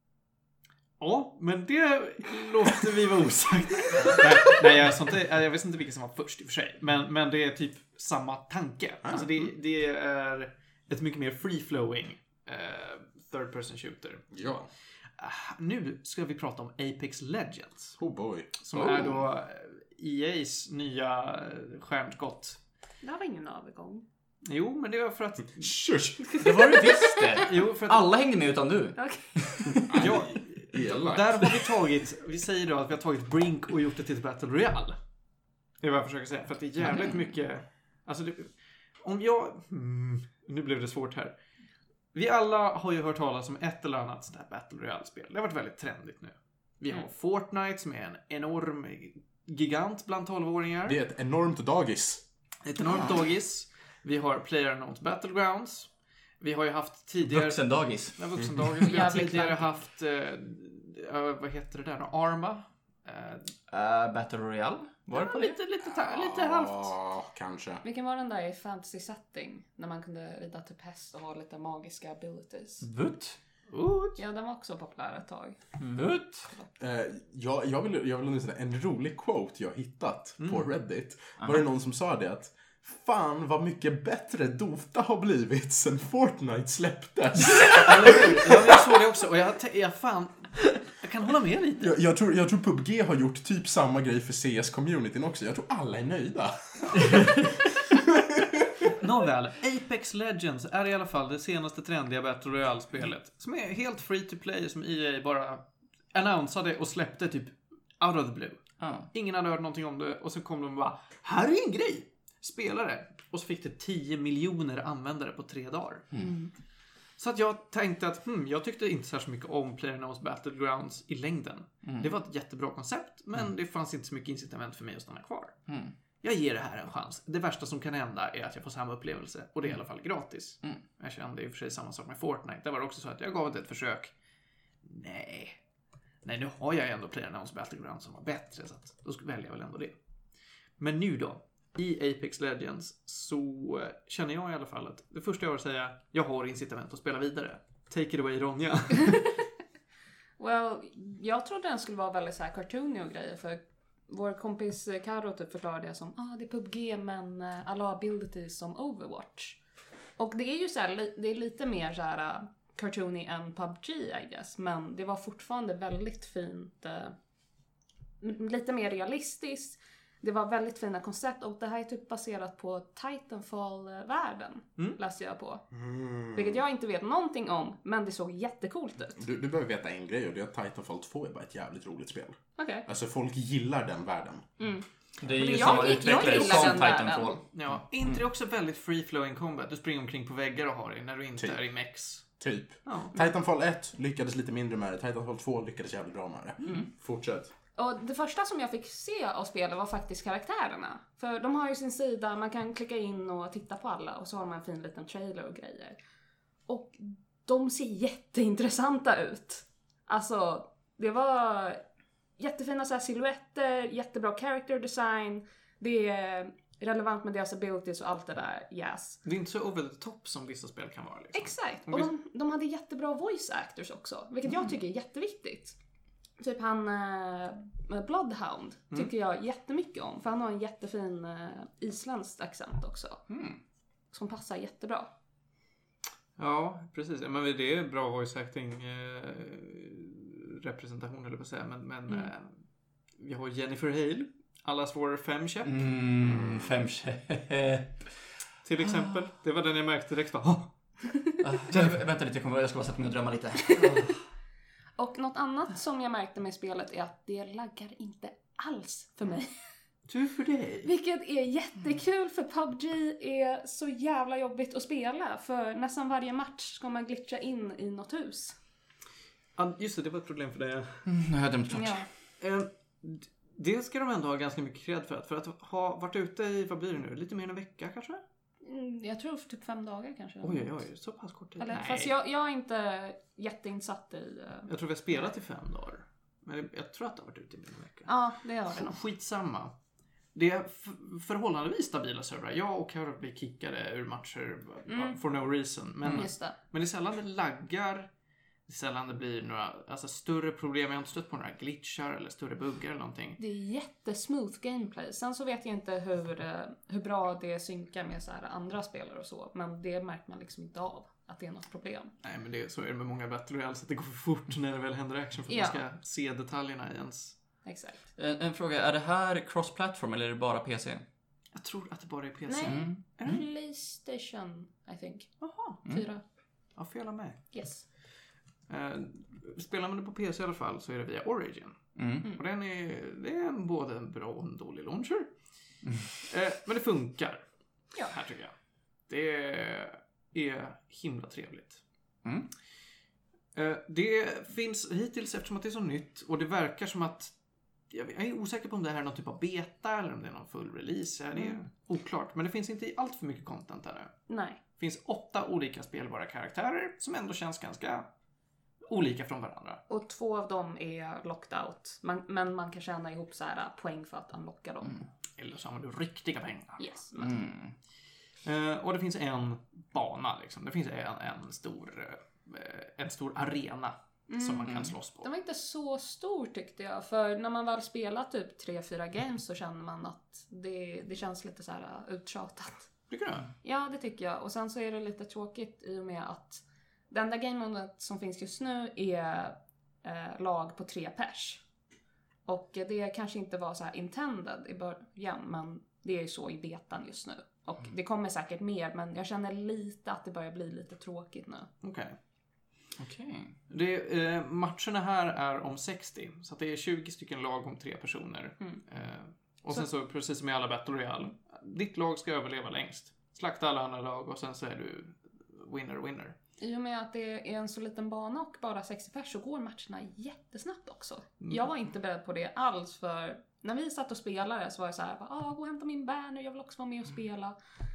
Ja, men det låter vi vara osagt. nej, nej jag, sånt, jag vet inte vilka som var först i och för sig. Men, men det är typ samma tanke. Alltså det, det är ett mycket mer free-flowing eh, third person shooter. Ja. Ah, nu ska vi prata om Apex Legends. Oh boy. Som oh. är då E A's nya stjärnskott. Det här var ingen övergång. Jo, men det var för att... Shush. Det var det visst det. Jo, för att... Alla hängde med utan du. Okay. Ja, Elakt. där har vi tagit... Vi säger då att vi har tagit Brink och gjort det till ett Battle Royale. Det är vad jag försöker säga. För att det är jävligt mycket... Alltså, det... om jag... Mm, nu blev det svårt här. Vi alla har ju hört talas om ett eller annat sånt här Battle Royale-spel. Det har varit väldigt trendigt nu. Vi har Mm. Fortnite som är en enorm gigant bland tolvåringar. Det är ett enormt dagis. Ett enormt dagis. Vi har PlayerUnknown's Battlegrounds. Vi har ju haft tidigare... Vuxendagis. Ja, vuxendagis. Vi har Jävligt tidigare klankigt. haft... Eh, uh, vad heter det där? Arma. Uh, Uh, Battle Royale? Var det på det? lite, lite, ta- lite halvt. Ja, kanske. Vilken var den där i fantasy setting? När man kunde rida typ häst och ha lite magiska abilities. Vutt? Uh, Ja, den var också populär ett tag. Vutt? Eh, jag, jag vill, jag vill understryka en rolig quote jag hittat Mm. på Reddit. Var det någon som sa det att fan vad mycket bättre Dota har blivit sen Fortnite släpptes. Eller hur? Ja, jag såg det också. Och jag, t- jag fan... Jag kan hålla med lite. jag, jag, tror, jag tror P U B G har gjort typ samma grej för C S-communityn också. Jag tror alla är nöjda. Nåväl, Apex Legends är i alla fall det senaste trendiga Battle Royale-spelet. Som är helt free to play, som E A bara annonsade och släppte typ out of the blue. Ah. Ingen hade hört någonting om det och så kom de bara, här är en grej! Spela det. Och så fick det tio miljoner användare på tre dagar. Mm. Så att jag tänkte att hmm, jag tyckte inte särskilt mycket om PlayerUnknown's Battlegrounds i längden. Mm. Det var ett jättebra koncept, men Mm. det fanns inte så mycket incitament för mig att stanna kvar. Mm. Jag ger det här en chans. Det värsta som kan hända är att jag får samma upplevelse. Och det är i alla fall gratis. Mm. Jag kände i och för sig samma sak med Fortnite. Det var också så att jag gav det ett försök. Nej. Nej, nu har jag ändå PlayerUnknown's Battlegrounds som var bättre. Så att då ska välja väl ändå det. Men nu då. I Apex Legends så känner jag i alla fall att det första jag vill säga, jag har incitament att spela vidare. Take it away, Ronja. Well, jag trodde den skulle vara väldigt så här cartoony och grejer. För vår kompis Karo typ förklarade det som ah, det är P U B G men uh, alla abilities som Overwatch. Och det är ju så här, li- det är lite mer så här uh, cartoony än P U B G I guess. Men det var fortfarande väldigt fint. Uh, m- lite mer realistiskt. Det var väldigt fina koncept och det här är typ baserat på Titanfall-världen, Mm. läste jag på. Mm. Vilket jag inte vet någonting om, men det såg jättecoolt ut. Du, du behöver veta en grej och det är att Titanfall två är bara ett jävligt roligt spel. Okej. Alltså folk gillar den världen. Mm. Det är Men ju jag- samma jag utvecklare gillar som den världen. Titanfall. Ja, inte det också väldigt free-flowing combat? Du springer omkring på väggar och har det när du inte Typ. är i mex. Typ. Ja. Titanfall ett lyckades lite mindre med det. Titanfall två lyckades jävligt bra med det. Mm. Fortsätt. Och det första som jag fick se av spelet var faktiskt karaktärerna. För de har ju sin sida, man kan klicka in och titta på alla. Och så har man en fin liten trailer och grejer. Och de ser jätteintressanta ut. Alltså, det var jättefina så här silhuetter, jättebra character design. Det är relevant med deras abilities och allt det där, yes. Det är inte så over the top som vissa spel kan vara. Liksom. Exakt, och de, de hade jättebra voice actors också. Vilket mm. jag tycker är jätteviktigt. Typ han uh, Bloodhound mm. tycker jag jättemycket om. För han har en jättefin uh, isländsk accent också. Mm. Som passar jättebra. Ja, precis. Men det är bra voice acting eh, representation eller vad säga. Men, men mm. eh, vi har Jennifer Hale. Allas vår femkäpp. Mm, femkäpp. Till exempel. Det var den jag märkte direkt. Oh. ah, vänta lite, jag, kommer, jag ska bara sätta mig och drömma lite. Och något annat som jag märkte med spelet är att det laggar inte alls för mig. Tur för dig. Vilket är jättekul, för P U B G är så jävla jobbigt att spela. För nästan varje match ska man glitcha in i något hus. Ja, just det, det var ett problem för dig. Mm, nu har jag dömt klart. Ja. Eh, det ska de ändå ha ganska mycket cred för. Att, för att ha varit ute i, vad blir det nu? Lite mer än en vecka kanske? Mm, jag tror för typ fem dagar kanske. Oj, oj, oj. Så pass kort tid. Eller, fast jag, jag är inte jätteinsatt i... Uh... Jag tror vi har spelat i fem dagar. Men jag tror att det har varit ute i en vecka. Ja, det har det nog. Skitsamma. Det är f- förhållandevis stabila servrar. Jag och Karol blir kickade ur matcher mm. for no reason. Men, mm, just det. men det är sällan det laggar. Det är sällan det blir några alltså, större problem. Jag har inte stött på några glitchar eller större buggar eller någonting. Det är jättesmooth gameplay. Sen så vet jag inte hur, hur bra det synkar med så här andra spelare och så. Men det märker man liksom inte av att det är något problem. Nej, men det, så är det med många Battle Royale. Så att det går för fort när det väl händer action. För att ja. man ska se detaljerna i ens... Exakt. En, en fråga, är det här cross-platform eller är det bara P C? Jag tror att det bara är P C. Nej, Mm. mm. PlayStation, I think. Jaha. Fyra. Ja, fel av mig. Yes. Uh, spelar man det på P C i alla fall så är det via Origin. Mm. Och den är, det är en, både en bra och en dålig launcher. Mm. Uh, men det funkar. Ja. Här tycker jag. Det är himla trevligt. Mm. Uh, det finns hittills, eftersom att det är så nytt och det verkar som att jag är osäker på om det här är någon typ av beta eller om det är någon full release. Det är mm. oklart. Men det finns inte allt för mycket content där. Nej. Det finns åtta olika spelbara karaktärer som ändå känns ganska olika från varandra. Och två av dem är locked out. Man, men man kan tjäna ihop så här poäng för att unlocka dem. Mm. Eller så har du riktiga pengar. Yes. Mm. Uh, och det finns en bana liksom. Det finns en, en stor uh, en stor arena mm. som man kan slåss på. Den var inte så stor tyckte jag. För när man väl spelar typ tre fyra games så känner man att det, det känns lite så här uttjatat. Tycker du? Ja, det tycker jag. Och sen så är det lite tråkigt i och med att det enda game-modet som finns just nu är eh, lag på tre pers. Och det kanske inte var så här intended i början, men det är ju så i betan just nu. Och mm. det kommer säkert mer, men jag känner lite att det börjar bli lite tråkigt nu. Okej. Okay. Okej. Okay. Eh, matcherna här är om sextio, så att det är tjugo stycken lag om tre personer. Mm. Eh, och sen så, precis som i alla Battle Royale, ditt lag ska överleva längst. Slakta alla andra lag och sen så är du winner, winner. I och med att det är en så liten bana och bara sextio pers så går matcherna jättesnabbt också. Mm. Jag var inte beredd på det alls, för när vi satt och spelade så var jag så här, ah, gå och hämta min banner, jag vill också vara med och spela.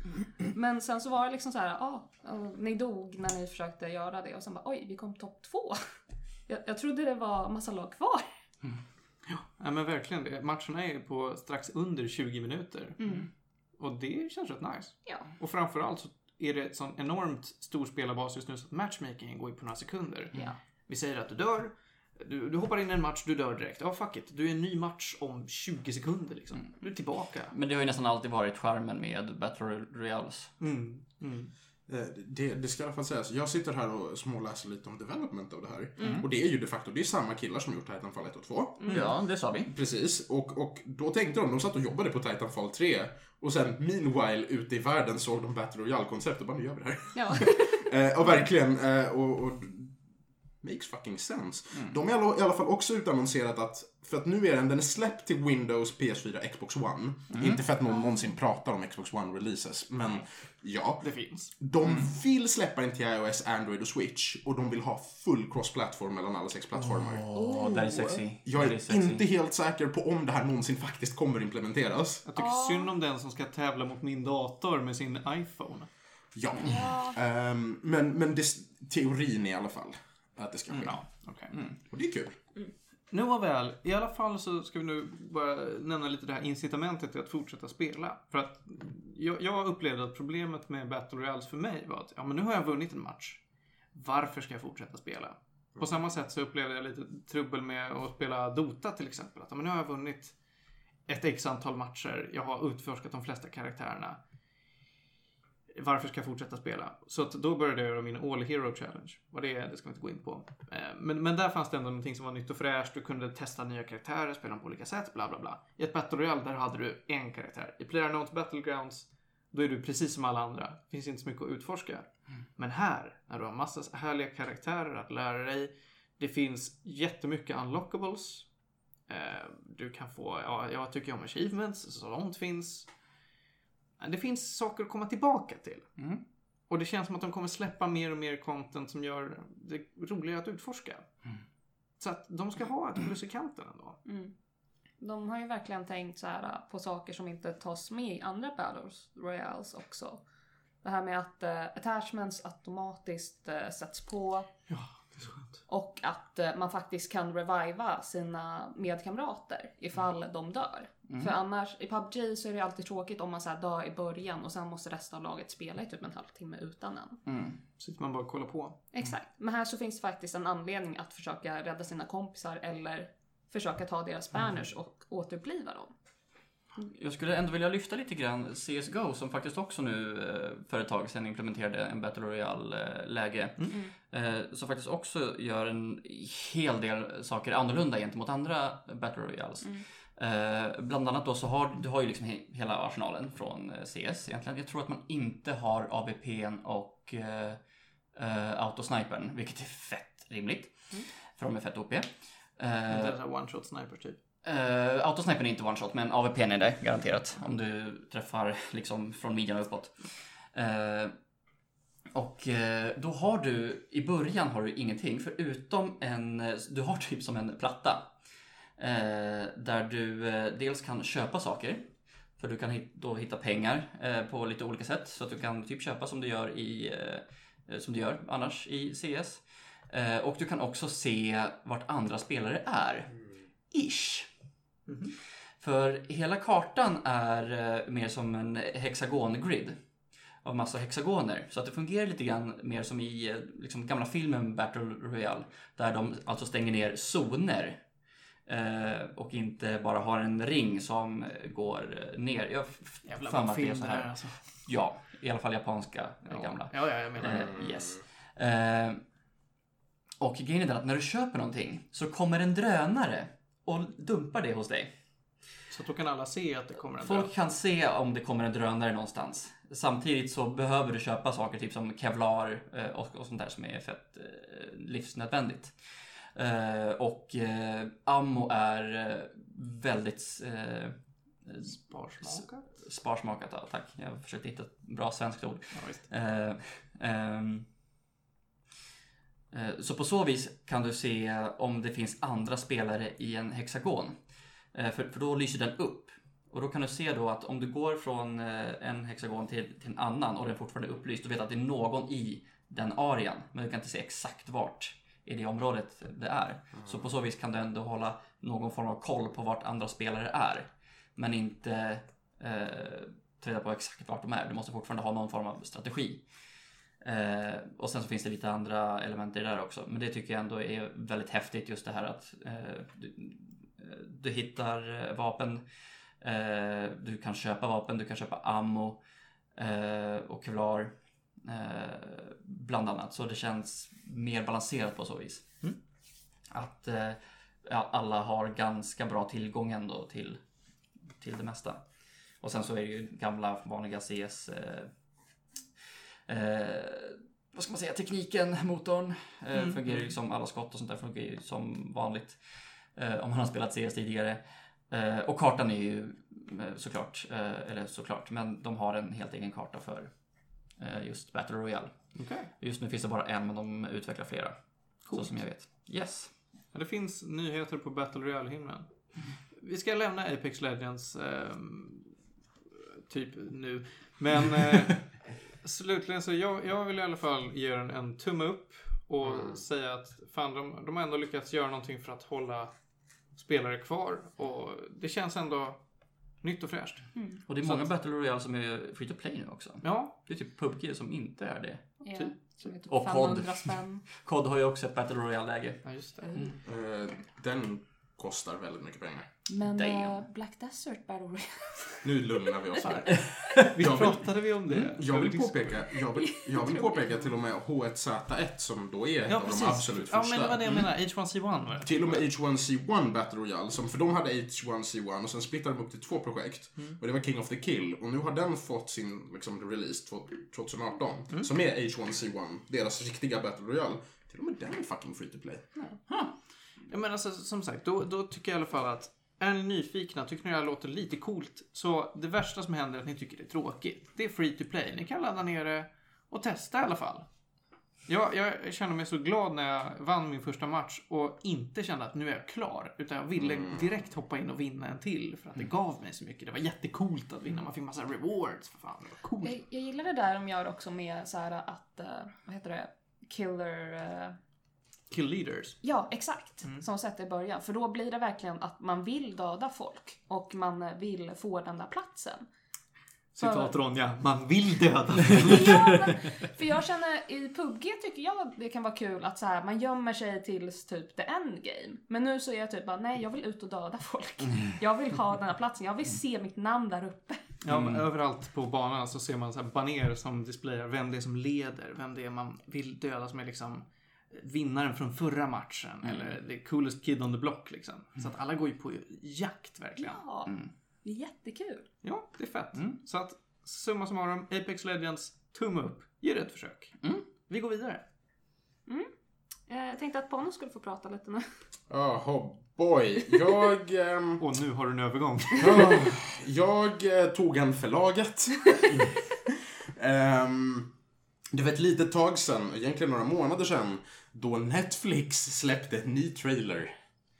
Men sen så var det liksom så här, ah, ni dog när ni försökte göra det och sen bara, oj, vi kom topp två. Jag, jag trodde det var massa lag kvar. Mm. Ja, men verkligen det. Matcherna är på strax under tjugo minuter. Mm. Och det känns rätt nice. Ja. Och framförallt så är det ett sån enormt stor spelarbas just nu så att matchmaking går ju på några sekunder. Ja. Vi säger att du dör, du, du hoppar in i en match, du dör direkt. Ja, oh, fuck it. Du är en ny match om tjugo sekunder liksom. Mm. Du är tillbaka. Men det har ju nästan alltid varit charmen med Battle Royales. Mm. Mm. Det, det ska i alla fall sägas. Jag sitter här och småläser lite om development av det här. Mm. Och det är ju de facto, det är samma killar som gjort Titanfall ett och två. Mm. Ja, det sa vi. Precis, och, och då tänkte de, de satt och jobbade på Titanfall tre. Och sen, meanwhile, ute i världen såg de Battle Royale-koncept och bara, nu gör vi det här. Ja. eh, och verkligen, eh, och, och Makes fucking sense. Mm. De har i alla fall också utannonserat att, för att nu är den, den är släppt till Windows, P S fyra, Xbox One. Mm. Inte för att någon någonsin pratar om Xbox One releases, men ja. Det finns. De mm. vill släppa den till iOS, Android och Switch. Och de vill ha full cross-platform mellan alla sex plattformar. Åh, oh, det är sexy. Jag är, är sexy. inte helt säker på om det här någonsin faktiskt kommer implementeras. Jag tycker oh. synd om den som ska tävla mot min dator med sin iPhone. Ja, ja. Um, men, men det, teorin i alla fall att det ska ske. Mm, ja, okay. mm. Och det är kul. Mm. Nu var väl, i alla fall så ska vi nu bara nämna lite det här incitamentet till att fortsätta spela. För att jag, jag upplevde att problemet med Battle Royales för mig var att ja, men nu har jag vunnit en match. Varför ska jag fortsätta spela? Mm. På samma sätt så upplevde jag lite trubbel med att spela Dota till exempel. Att ja, men nu har jag vunnit ett x antal matcher. Jag har utforskat de flesta karaktärerna. Varför ska jag fortsätta spela? Så att då började jag göra min All Hero Challenge. Vad det är, det ska vi inte gå in på. Men, men där fanns det ändå någonting som var nytt och fräscht. Du kunde testa nya karaktärer, spela dem på olika sätt, bla bla bla. I ett Battle Royale där hade du en karaktär. I PlayerUnknown's Battlegrounds, då är du precis som alla andra. Det finns inte så mycket att utforska. Mm. Men här, när du har massa härliga karaktärer att lära dig. Det finns jättemycket unlockables. Du kan få, ja, jag tycker om achievements, sånt finns. Det finns saker att komma tillbaka till. Mm. Och det känns som att de kommer släppa mer och mer content som gör det roligare att utforska. Mm. Så att de ska ha ett plus i kanten ändå. Mm. De har ju verkligen tänkt så här på saker som inte tas med i andra Battle Royales också. Det här med att uh, attachments automatiskt uh, sätts på. Ja, det är så skönt. Och att uh, man faktiskt kan reviva sina medkamrater ifall mm. de dör. Mm. För annars, i P U B G så är det alltid tråkigt om man så här dör i början och sen måste resten av laget spela i typ en halvtimme utan en. Mm. Sitter man bara och kollar på. Exakt. Men här så finns det faktiskt en anledning att försöka rädda sina kompisar eller försöka ta deras banners mm. och återuppliva dem. Jag skulle ändå vilja lyfta lite grann C S G O som faktiskt också nu för ett tag sedan implementerade en Battle Royale-läge. Mm. Eh, som faktiskt också gör en hel del saker annorlunda gentemot andra Battle Royales. Mm. Eh, bland annat då så har du har ju liksom he- hela arsenalen från eh, C S egentligen. Jag tror att man inte har A V P:n och eh, eh, autosnipern, vilket är fett rimligt. Mm. För de är fett O P. Eh, det är en one-shot sniper typ. Uh, autosnipen är inte one shot, men A V P:n är det garanterat om du träffar liksom från midjan uppåt. Uh, och uh, då har du i början har du ingenting förutom en du har typ som en platta uh, där du uh, dels kan köpa saker, för du kan hit, då hitta pengar uh, på lite olika sätt, så att du kan typ köpa som du gör i uh, som du gör annars i C S. Uh, och du kan också se vart andra spelare är. Ish. Mm-hmm. För hela kartan är uh, mer som en hexagon-grid av massa hexagoner. Så att det fungerar lite grann mer som i uh, liksom gamla filmen Battle Royale. Där de alltså stänger ner zoner. Uh, och inte bara har en ring som uh, går uh, ner. Jag f- Jävla fan vad film det är alltså. Ja, i alla fall japanska ja. gamla. Ja, ja, jag menar uh, yes. Uh, och grejen är den att när du köper någonting så kommer en drönare och dumpar det hos dig. Så att då kan alla se att det kommer en Folk drönare. kan se om det kommer en drönare någonstans. Samtidigt så behöver du köpa saker typ som kevlar och, och sånt där som är fett eh, livsnödvändigt. Eh, och eh, ammo är eh, väldigt eh, sparsmakat. Sparsmakat, ja, tack. Jag försökte hitta ett bra svenskt ord. Ja, visst. Eh, eh, Så på så vis kan du se om det finns andra spelare i en hexagon. För, för då lyser den upp. Och då kan du se då att om du går från en hexagon till, till en annan och den fortfarande är upplyst, då vet du att det är någon i den arean. Men du kan inte se exakt vart i det området det är. Mm. Så på så vis kan du ändå hålla någon form av koll på vart andra spelare är. Men inte eh, ta reda på exakt vart de är. Du måste fortfarande ha någon form av strategi. Eh, och sen så finns det lite andra element i det där också. Men det tycker jag ändå är väldigt häftigt, just det här att eh, du, du hittar vapen, eh, du kan köpa vapen, du kan köpa ammo eh, och kevlar eh, bland annat. Så det känns mer balanserat på så vis. Mm. Att eh, ja, alla har ganska bra tillgång ändå till, till det mesta. Och sen så är det ju gamla vanliga C S eh, Eh, vad ska man säga, tekniken, motorn eh, Mm. fungerar ju som alla skott och sånt där fungerar ju som vanligt. Eh, om man har spelat C S tidigare. Eh, och kartan är ju eh, såklart, eh, eller såklart, men de har en helt egen karta för eh, just Battle Royale. Okay. Just nu finns det bara en, men de utvecklar flera. Coolt. Så som jag vet. Yes. Ja, det finns nyheter på Battle Royale-himlen. Vi ska lämna Apex Legends eh, typ nu. Men eh, slutligen så jag, jag vill i alla fall ge den en tumme upp och mm. säga att fan, de, de har ändå lyckats göra någonting för att hålla spelare kvar. Och det känns ändå nytt och fräscht. Mm. Och det är Så många att, Battle Royale som är free to play nu också. Ja. Det är typ P U B G som inte är det. Ja, Typ. som är typ Och femhundra spänn. C O D har ju också ett Battle Royale-läge. Ja, just det. Mm. Eh, den kostar väldigt mycket pengar. Men Damn. uh, Black Desert Battle Royale. Nu lugnar vi oss här. Vi Jag vill- pratade vi om det? Jag vill påpeka, jag vill, jag vill påpeka till och med H ett Z ett som då är ett Ja, av precis. de absolut Ja, första. men det var det jag menar. H one C one var det. Till och med H one C one Battle Royale, som för de hade H one C one och sen splittade de upp till två projekt. Mm. Och det var King of the Kill. Och nu har den fått sin liksom, release tjugo arton. Mm. Som är H one C one, deras riktiga Battle Royale. Till och med den är fucking free to play. Ja, men alltså, som sagt, då, då tycker jag i alla fall att är ni nyfikna, tycker ni det här låter lite coolt, så det värsta som händer är att ni tycker det är tråkigt. Det är free to play. Ni kan ladda ner det och testa i alla fall. Jag, jag kände mig så glad när jag vann min första match och inte kände att nu är jag klar. Utan jag ville direkt hoppa in och vinna en till för att det gav mig så mycket. Det var jättecoolt att vinna. Man fick massa rewards för fan. Det var coolt. Jag, jag gillar det där de gör också med så här att, uh, vad heter det, killer... Uh... Kill leaders. Ja, exakt. Mm. Som sätter i början. För då blir det verkligen att man vill döda folk. Och man vill få den där platsen. Citat Ronja, man vill döda. Ja, men, för jag känner i P U B G tycker jag det kan vara kul att så här, man gömmer sig tills typ the endgame. Men nu så är jag typ bara, nej jag vill ut och döda folk. Jag vill ha den här platsen, jag vill se mitt namn där uppe. Ja, men överallt på banan så ser man så här baner som displayar vem det är som leder. Vem det är man vill döda, som är liksom vinnaren från förra matchen. Mm. Eller the coolest kid on the block liksom. Så att alla går ju på jakt verkligen. Ja, Mm. det är jättekul. Ja, det är fett. Mm. Så att summa summarum, Apex Legends, tumme upp. Ge det ett försök. Mm. Vi går vidare. Jag tänkte att Ponno skulle få prata lite nu. Jaha, boy. Jag... ehm, Och nu har du en övergång. ja, jag eh, tog en förlaget. Ehm, det var ett litet tag sedan, egentligen några månader sedan, då Netflix släppte en ny trailer.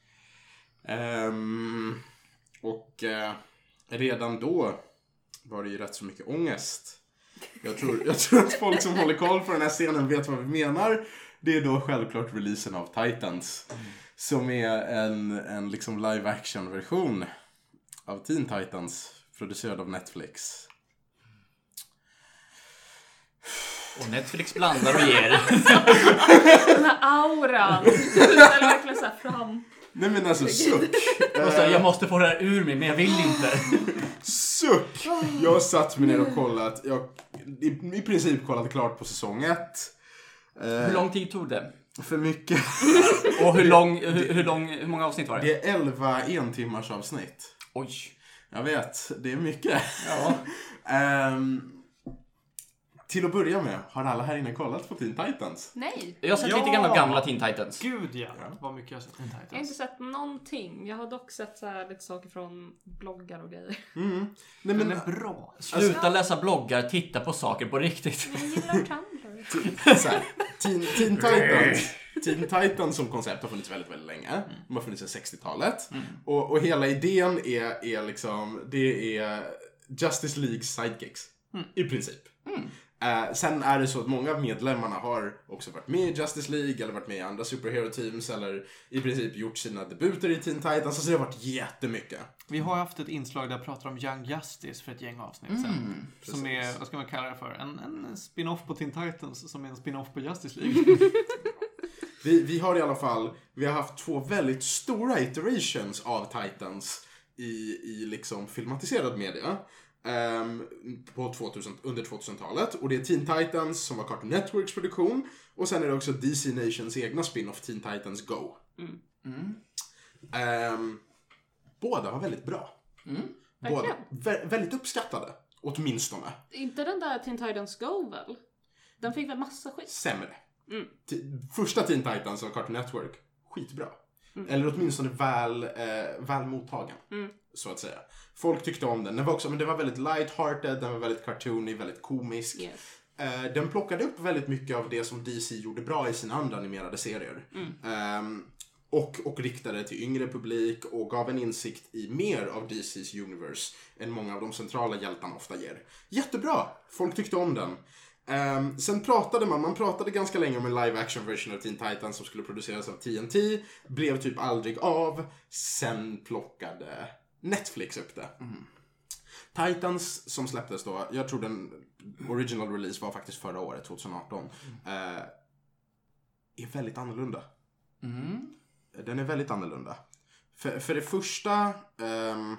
Ehm, och eh, redan då var det ju rätt så mycket ångest. Jag tror, jag tror att folk som håller koll på den här scenen vet vad vi menar. Det är då självklart releasen av Titans. Mm. Som är en, en liksom live action version av Teen Titans, producerad av Netflix. Och Netflix blandar och ger. Den här auran. Den ställer verkligen så här fram. Nej men alltså suck. Och så, jag måste få det här ur mig, men jag vill inte. Suck! Jag har satt mig ner och kollat. Jag i, i princip kollat klart på säsong ett. Hur lång tid tog det? För mycket. Och hur, lång, hur, hur, lång, hur många avsnitt var det? Det är elva en timmars avsnitt. Oj. Jag vet, det är mycket. Ja. um, till att börja med, har alla här inne kollat på Teen Titans? Nej, Jag har sett Ja. lite grann av gamla Teen Titans. Gud ja, vad mycket jag har sett Teen jag har inte Titans. sett någonting. Jag har dock sett så här lite saker från bloggar och grejer. Mm. Nej, Den men, är bra. Sluta läsa bloggar, titta på saker på riktigt. Jag gillar Tumblr. så här, Teen, Teen Titans. Teen Titans som koncept har funnits väldigt, väldigt länge. De har funnits sedan sextiotalet. Mm. Och, och hela idén är, är liksom, det är Justice Leagues sidekicks. Mm. I princip. Mm. Uh, sen är det så att många av medlemmarna har också varit med i Justice League eller varit med i andra superhero teams eller i princip gjort sina debuter i Teen Titans. Alltså det har varit jättemycket. Vi har haft ett inslag där jag pratar om Young Justice för ett gäng avsnitt sen. Mm, som precis. är, vad ska man kalla det för? En, en spin-off på Teen Titans som är en spin-off på Justice League. Vi, vi har i alla fall, vi har haft två väldigt stora iterations av Titans i, i liksom filmatiserad media. Um, på tvåtusen, under tvåtusentalet. Och det är Teen Titans som var Cartoon Networks produktion. Och sen är det också D C Nations egna spin-off Teen Titans Go. Mm. Mm. Um, båda var väldigt bra. Mm. Båda vä- väldigt uppskattade. Åtminstone. Inte den där Teen Titans Go väl? Den fick väl massa skit? Sämre. Mm. T- första Teen Titans av Cartoon Network, skitbra. Mm. Eller åtminstone väl, eh, väl mottagen, Mm. så att säga. Folk tyckte om den. Den var, också, men den var väldigt light-hearted, den var väldigt cartoony, väldigt komisk. Yes. Eh, den plockade upp väldigt mycket av det som D C gjorde bra i sina andra animerade serier. Mm. Eh, och, och riktade till yngre publik och gav en insikt i mer av D C:s universe än många av de centrala hjältarna ofta ger. Jättebra! Folk tyckte om den. Um, sen pratade man, man pratade ganska länge om en live action version av Teen Titans som skulle produceras av T N T. Blev typ aldrig av. Sen plockade Netflix upp det. Mm. Titans som släpptes då, jag tror den original release var faktiskt förra året, tjugo arton. Mm. Uh, är väldigt annorlunda. Mm. Den är väldigt annorlunda. För, för det första um,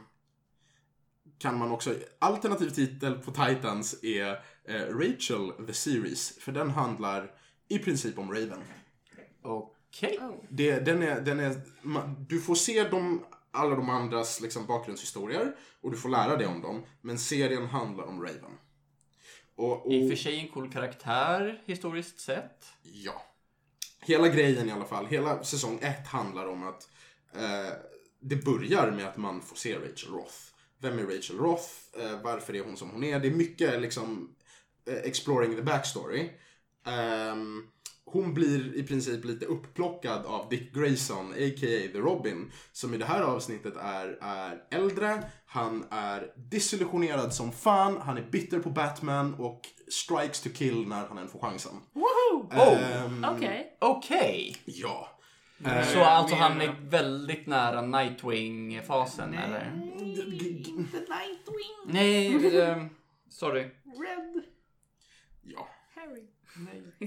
kan man också, alternativ titel på Titans är eh, Rachel the Series. För den handlar i princip om Raven. Okej. Oh. Det, den är, den är, ma, du får se dem, alla de andras liksom, bakgrundshistorier. Och du får lära dig om dem. Men serien handlar om Raven. Och, och, I och för sig en cool karaktär historiskt sett. Ja. Hela grejen i alla fall, hela säsong ett handlar om att eh, det börjar med att man får se Rachel Roth. Vem är Rachel Roth? Eh, varför är hon som hon är? Det är mycket liksom eh, exploring the backstory. Um, hon blir i princip lite upplockad av Dick Grayson, a k a. The Robin, som i det här avsnittet är, är äldre. Han är disillusionerad som fan. Han är bitter på Batman och strikes to kill när han än får chansen. Woho! Oh. Um, Okej. Okej. Ja. Eh, Så alltså mer- han är väldigt nära Nightwing-fasen, eller? Inte Nightwing. Nej, eh, sorry. Red. Ja. Harry. Nej.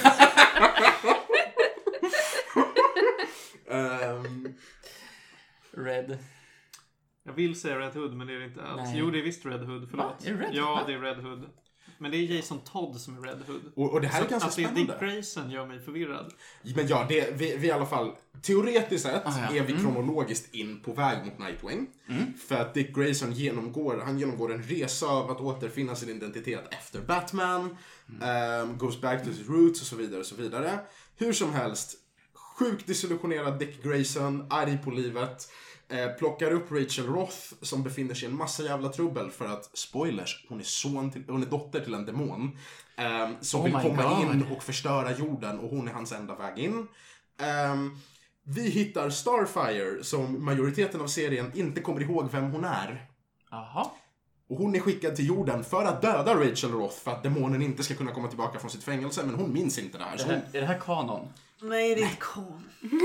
Um, Red. Jag vill säga Red Hood, men det är det inte alls. Nej. Jo, det är visst Red Hood, förlåt. Va? Är det Red? Ja, Va? det är Red Hood. Men det är Jason Todd som är Red Hood. och, och det här Så är ganska att det är spännande. Dick Grayson gör mig förvirrad. Men ja, det, vi, vi i alla fall, teoretiskt sett Ah, ja. är vi Mm. kronologiskt in på väg mot Nightwing. Mm. För att Dick Grayson genomgår, han genomgår en resa av att återfinna sin identitet efter Batman. Mm. Um, goes back to his roots och så vidare och så vidare. Hur som helst, sjukt desillusionerad Dick Grayson, arg på livet. Eh, plockar upp Rachel Roth som befinner sig i en massa jävla trubbel för att, spoilers, hon är son till, hon är dotter till en demon. Eh, som Oh vill my komma God. in och förstöra jorden och hon är hans enda väg in. Eh, vi hittar Starfire som majoriteten av serien inte kommer ihåg vem hon är. Jaha. Och hon är skickad till jorden för att döda Rachel Roth för att demonen inte ska kunna komma tillbaka från sitt fängelse, men hon minns inte det här. Är Så det hon, här, är det här kanon? Nej, det är inte kanon.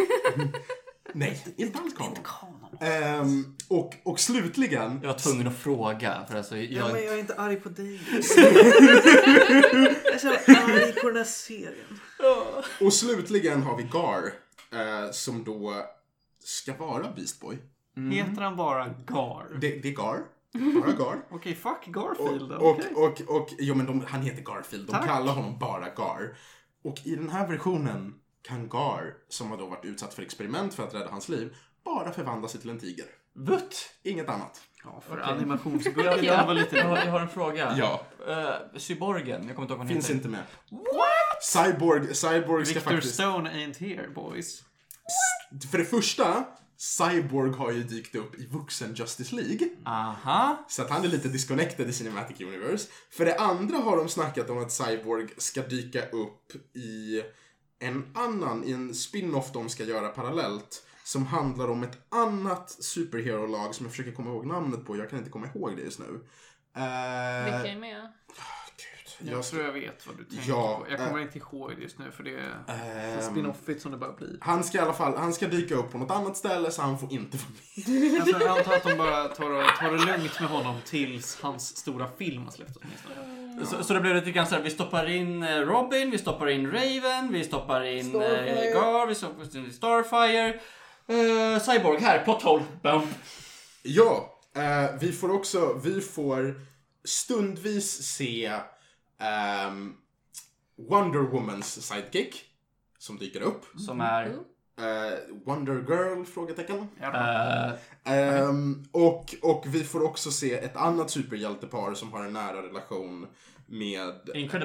nej, inte alls Inte kanon. kanon. Ehm, och, och slutligen... Jag var tvungen att fråga, för alltså, Ja, jag... men jag är inte arg på dig. Jag är så arg på den här serien. Och slutligen har vi Gar, eh, som då ska vara Beast Boy. Heter han bara Gar? Det, det är Gar. Bara Gar. Okej, fuck Garfield. Och, och, okej. och, och, jo men de, han heter Garfield. De Tack. kallar honom bara Gar. Och i den här versionen kan Gar, som har då varit utsatt för experiment för att rädda hans liv, bara förvandla sig till en tiger. Vutt! Inget annat. Ja, för Okej. animationsbudgeten Ja, var lite... jag, har, jag har en fråga. Ja. Uh, Cyborgen, jag kommer inte ihåg vad han Finns heter. inte med. What? Cyborg, Cyborg ska Victor faktiskt... Stone ain't here, boys. För det första, Cyborg har ju dykt upp i vuxen Justice League. Aha. Så att han är lite disconnected i Cinematic Universe. För det andra har de snackat om att Cyborg ska dyka upp i en annan, i en spin-off de ska göra parallellt. Som handlar om ett annat superhero-lag som jag försöker komma ihåg namnet på. Jag kan inte komma ihåg det just nu. Uh, Vilka är med? Gud, Jag tror jag vet vad du tänker Ja, på. Jag kommer äh, inte ihåg det just nu, för det är Ehm, så spin-offigt som det bara blir. Han ska i alla fall, han ska dyka upp på något annat ställe så han får inte vara med. Alltså, jag antar att de bara tar, och, tar det lugnt med honom tills hans stora film har släppts åtminstone. Så, så det blev lite grann så här, vi stoppar in eh, Robin, vi stoppar in Raven, vi stoppar in eh, Starfire. Gar, vi stoppar in Starfire. Uh, Cyborg, här, plot hole. Boom. Ja, eh, vi får också, vi får stundvis se ehm, Wonder Womans sidekick som dyker upp. Som är... Eh, Wonder Girl, frågetecken. eh, Ehm, och, och vi får också se ett annat superhjältepar som har en nära relation med... Incredibles.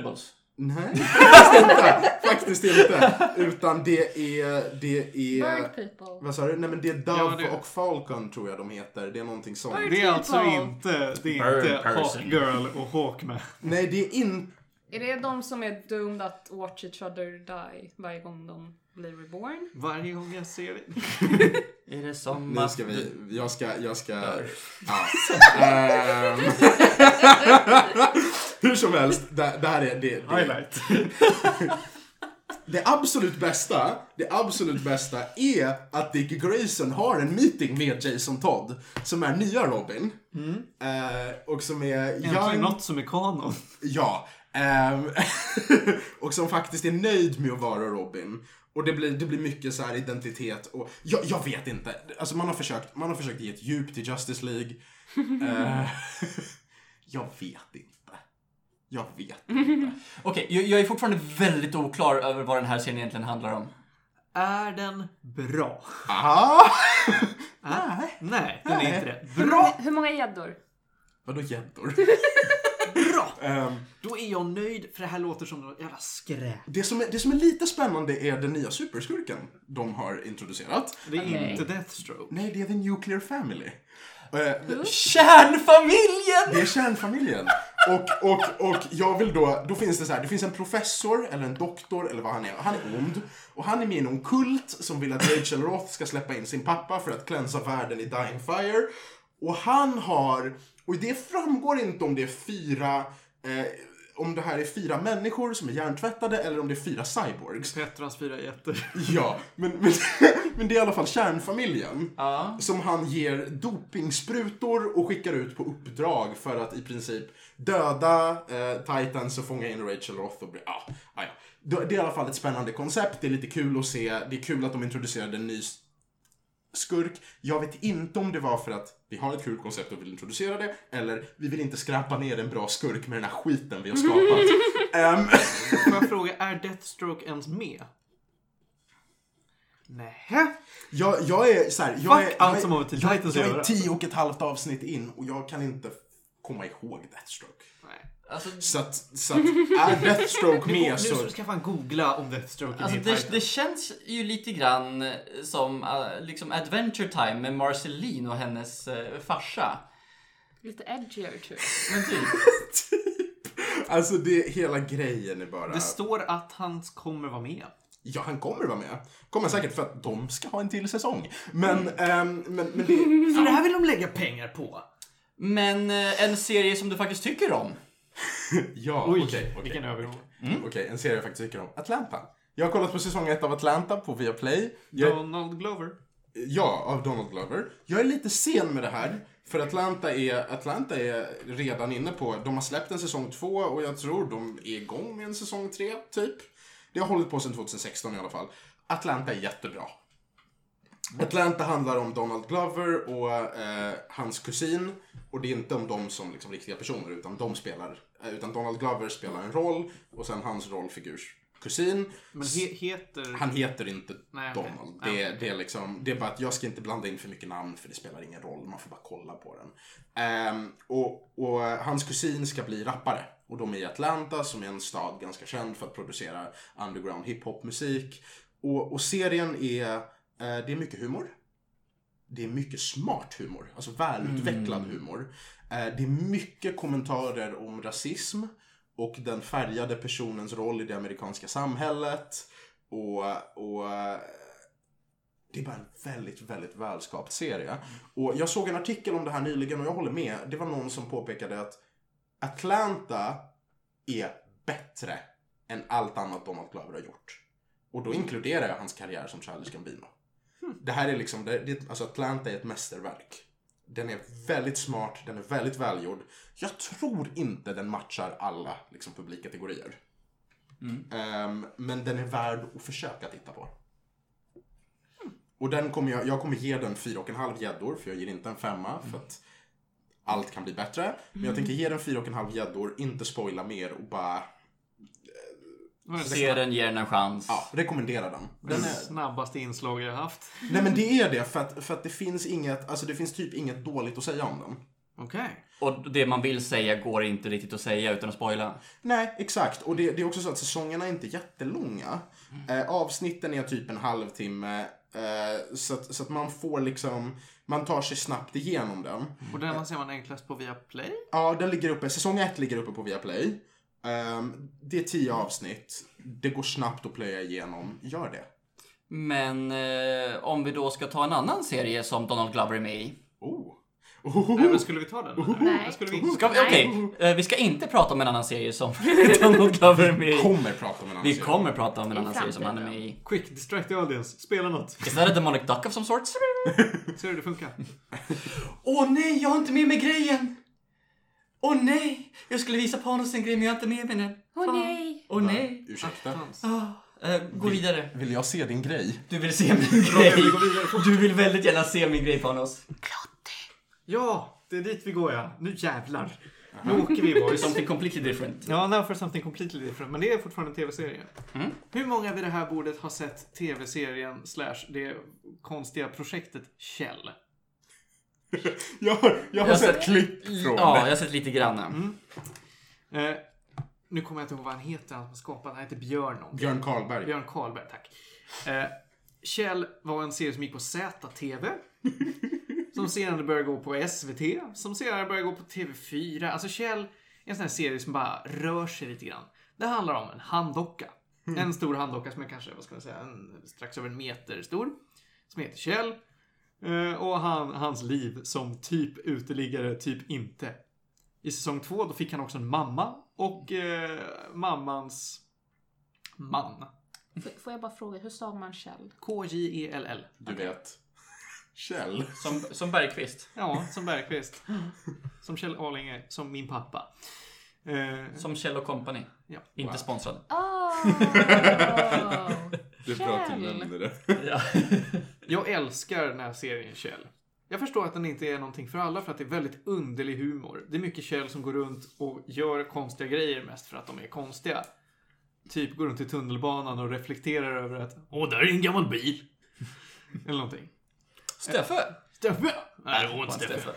Nej, faktiskt inte. Faktiskt inte. Utan det är... Det är Bird people. vad sa du? Nej, men det är Dove Ja, det- och Falcon tror jag de heter. Det är någonting sånt. Bird- Det är alltså People. inte, det är Bird inte person. Hawkgirl och Hawkman. Nej, det är inte... Är det de som är doomed att watch each other die varje gång de blir reborn? Varje gång jag ser det. Är det som Nu att ska vi... du- Jag ska... Jag ska... Ja. Ehm. Hur som helst, det, det här är... Det, det, Highlight. det absolut bästa, det absolut bästa är att Dick Grayson har en meeting med Jason Todd, som är nya Robin. Eh, och som är... Äntligen young- något som är kanon. Ja. ehm, och som faktiskt är nöjd med att vara Robin. Och det blir, det blir mycket så här identitet och... Jag, jag vet inte. Alltså man har försökt, man har försökt ge ett djup till Justice League. Eh, jag vet inte. Jag vet inte. Okej, jag, jag är fortfarande väldigt oklar över vad den här serien egentligen handlar om. Är den bra? Aha! Nej, nej, den är inte det. Hur många, hur många gäddor? Vadå gäddor? Bra! Ehm, Då är jag nöjd, för det här låter som något jävla skräp. det, som är, det som är lite spännande är den nya superskurken de har introducerat. Det är Okej. inte Deathstroke. Nej, det är The Nuclear Family. Eh, Kärnfamiljen! Det är kärnfamiljen. Och, och, och jag vill då, då finns det så här, det finns en professor eller en doktor eller vad han är. Han är ond. Och han är med i någon kult som vill att Rachel Roth ska släppa in sin pappa för att klänsa världen i Dying Fire. Och han har, och det framgår inte om det är fyra, eh, om det här är fyra människor som är hjärntvättade eller om det är fyra cyborgs. Petrans fyra jätter. Ja, men, men, men det är i alla fall kärnfamiljen. Ja. Som han ger dopingsprutor och skickar ut på uppdrag för att i princip döda eh, Titans och fånga in Rachel Roth och bli, ah, ah, ja. Det är i alla fall ett spännande koncept, det är lite kul att se, det är kul att de introducerade en ny skurk. Jag vet inte om det var för att vi har ett kul koncept och vill introducera det, eller vi vill inte skräpa ner en bra skurk med den här skiten vi har skapat. um, Får jag fråga, är Deathstroke ens med? Nej. Jag, jag är så här, jag Fuck är, allt jag, som har är, med Teen jag, Titans jag att är göra. tio och ett halvt avsnitt in och jag kan inte komma ihåg Deathstroke. Nej. Alltså, Så att, så att är Deathstroke Nu, med nu så... ska jag fan googla om Deathstroke är alltså med i det, Titans. det känns ju lite grann som uh, liksom Adventure Time med Marceline och hennes uh, farsa. Lite edgier tror Men typ. Alltså det, hela grejen är bara... Det står att han kommer vara med. Ja, han kommer vara med. Kommer säkert för att de ska ha en till säsong. Men, ehm, men, men det... Så det här vill de lägga pengar på. Men uh, en serie som du faktiskt tycker om. Ja, Oj, okej. okej. vilken övergång. Okej, en serie jag faktiskt tycker om. Atlanta. Jag har kollat på säsong ett av Atlanta på Viaplay. Jag, Donald Glover. Ja, av Donald Glover. Jag är lite sen med det här. För Atlanta är, Atlanta är redan inne på... De har släppt en säsong två och jag tror de är igång med en säsong tre, typ. Det har hållit på sedan tjugohundrasexton i alla fall. Atlanta är jättebra. Atlanta handlar om Donald Glover och eh, hans kusin. Och det är inte om dem som liksom riktiga personer, utan de spelar... Eh, utan Donald Glover spelar en roll och sen hans rollfigurs kusin. Men he- heter... Han heter inte Nej, okej. Donald. Nej, Det, okej. det, är liksom, det är bara att jag ska inte blanda in för mycket namn för det spelar ingen roll. Man får bara kolla på den. Ehm, och, och hans kusin ska bli rappare. Och de är i Atlanta som är en stad ganska känd för att producera underground hiphop-musik. Och, och serien är, eh, det är mycket humor. Det är mycket smart humor. Alltså välutvecklad humor. Eh, det är mycket kommentarer om rasism. Och den färgade personens roll i det amerikanska samhället. Och, och det är bara en väldigt, väldigt välskapt serie. Och jag såg en artikel om det här nyligen och jag håller med. Det var någon som påpekade att Atlanta är bättre än allt annat Donald Glover har gjort. Och då inkluderar jag hans karriär som Childish Gambino. Det här är liksom, det, det, alltså Atlanta är ett mästerverk. Den är väldigt smart, den är väldigt välgjord. Jag tror inte den matchar alla liksom, publikkategorier. Mm. Um, men den är värd att försöka titta på. Mm. Och den kommer jag, jag kommer ge den fyra och en halv gäddor, för jag ger inte en femma, mm. för att allt kan bli bättre. Men jag tänker ge den fyra och en halv gäddor, inte spoila mer och bara... Se den, ger den en chans. Ja, rekommendera den. Den är snabbaste inslag jag har haft. Nej men det är det, för att, för att det finns inget, alltså det finns typ inget dåligt att säga om den. Okej. Okay. Och det man vill säga går inte riktigt att säga utan att spoila. Nej, exakt. Och det, det är också så att säsongerna är inte jättelånga. Mm. Eh, avsnitten är typ en halvtimme. Eh, så, att, så att man får liksom... Man tar sig snabbt igenom den. Och den ser man enklast på Viaplay? Ja, den ligger uppe. Säsong ett ligger uppe på Viaplay. Eh, det är tio avsnitt. Det går snabbt att playa igenom. Gör det. Men eh, om vi då ska ta en annan serie som Donald Glover är med i. Oh. Oh. Nej, men skulle vi ta den? Oh. Nej. Skulle vi... Ska vi, okej, okay. Vi ska inte prata om en annan serie som Donald Glover är med i. Vi kommer prata om en annan Vi serie. kommer prata om en I annan serie som han är framtiden. med i. Quick, distract the audience. Spela något. Is that a demonic duck of some sorts? Ser du det funkar? Åh oh, nej, jag har inte med mig grejen! Åh oh, nej! Jag skulle visa Panos en grej men jag har inte med mig den. Åh oh, nej! Åh oh, nej! Ursäkta. Oh, uh, gå vidare. Vill jag se din grej? Du vill se min grej. Du vill väldigt gärna se min grej, Panos. Ja, det är dit vi går, ja. Nu jävlar. Nu åker vi, boys. Something completely different. Ja, now for something completely different. Men det är fortfarande en tv-serie. Mm. Hur många vid det här bordet har sett tv-serien slash det konstiga projektet Kjell? jag har, jag har Jag sett sett- klipp från Ja, jag det. har sett lite grann. Mm. Eh, nu kommer jag inte ihåg vad han heter, han som skapade. Han heter Björn någonting. Björn Karlberg. Björn Karlberg, tack. Eh, Kjell var en serie som gick på Z T V. Som senare började gå på S V T. Som senare började gå på T V fyra. Alltså Kjell är en sån här serie som bara rör sig lite grann. Det handlar om en handdocka. Mm. En stor handdocka som är kanske, vad ska man säga, en, strax över en meter stor. Som heter Kjell. Eh, och han, hans liv som typ uteliggare, typ inte. I säsong två då fick han också en mamma. Och eh, mammans man. F- får jag bara fråga, hur sa man Kjell? K J E L L. Du vet. Kjell. Som, som Bergqvist. Ja, som Bergqvist. Som Kjell Arlinge, som min pappa. Eh, Som Kjell och Company. ja. Inte Wow. sponsrad. Oh! Det är bra att du nämner det. Ja. Jag älskar den här serien Kjell. Jag förstår att den inte är någonting för alla för att det är väldigt underlig humor. Det är mycket Kjell som går runt och gör konstiga grejer mest för att de är konstiga. Typ går runt i tunnelbanan och reflekterar över att åh, där är en gammal bil. Eller någonting. Steffe. Steffe! Nej, det var Var inte en Steffe.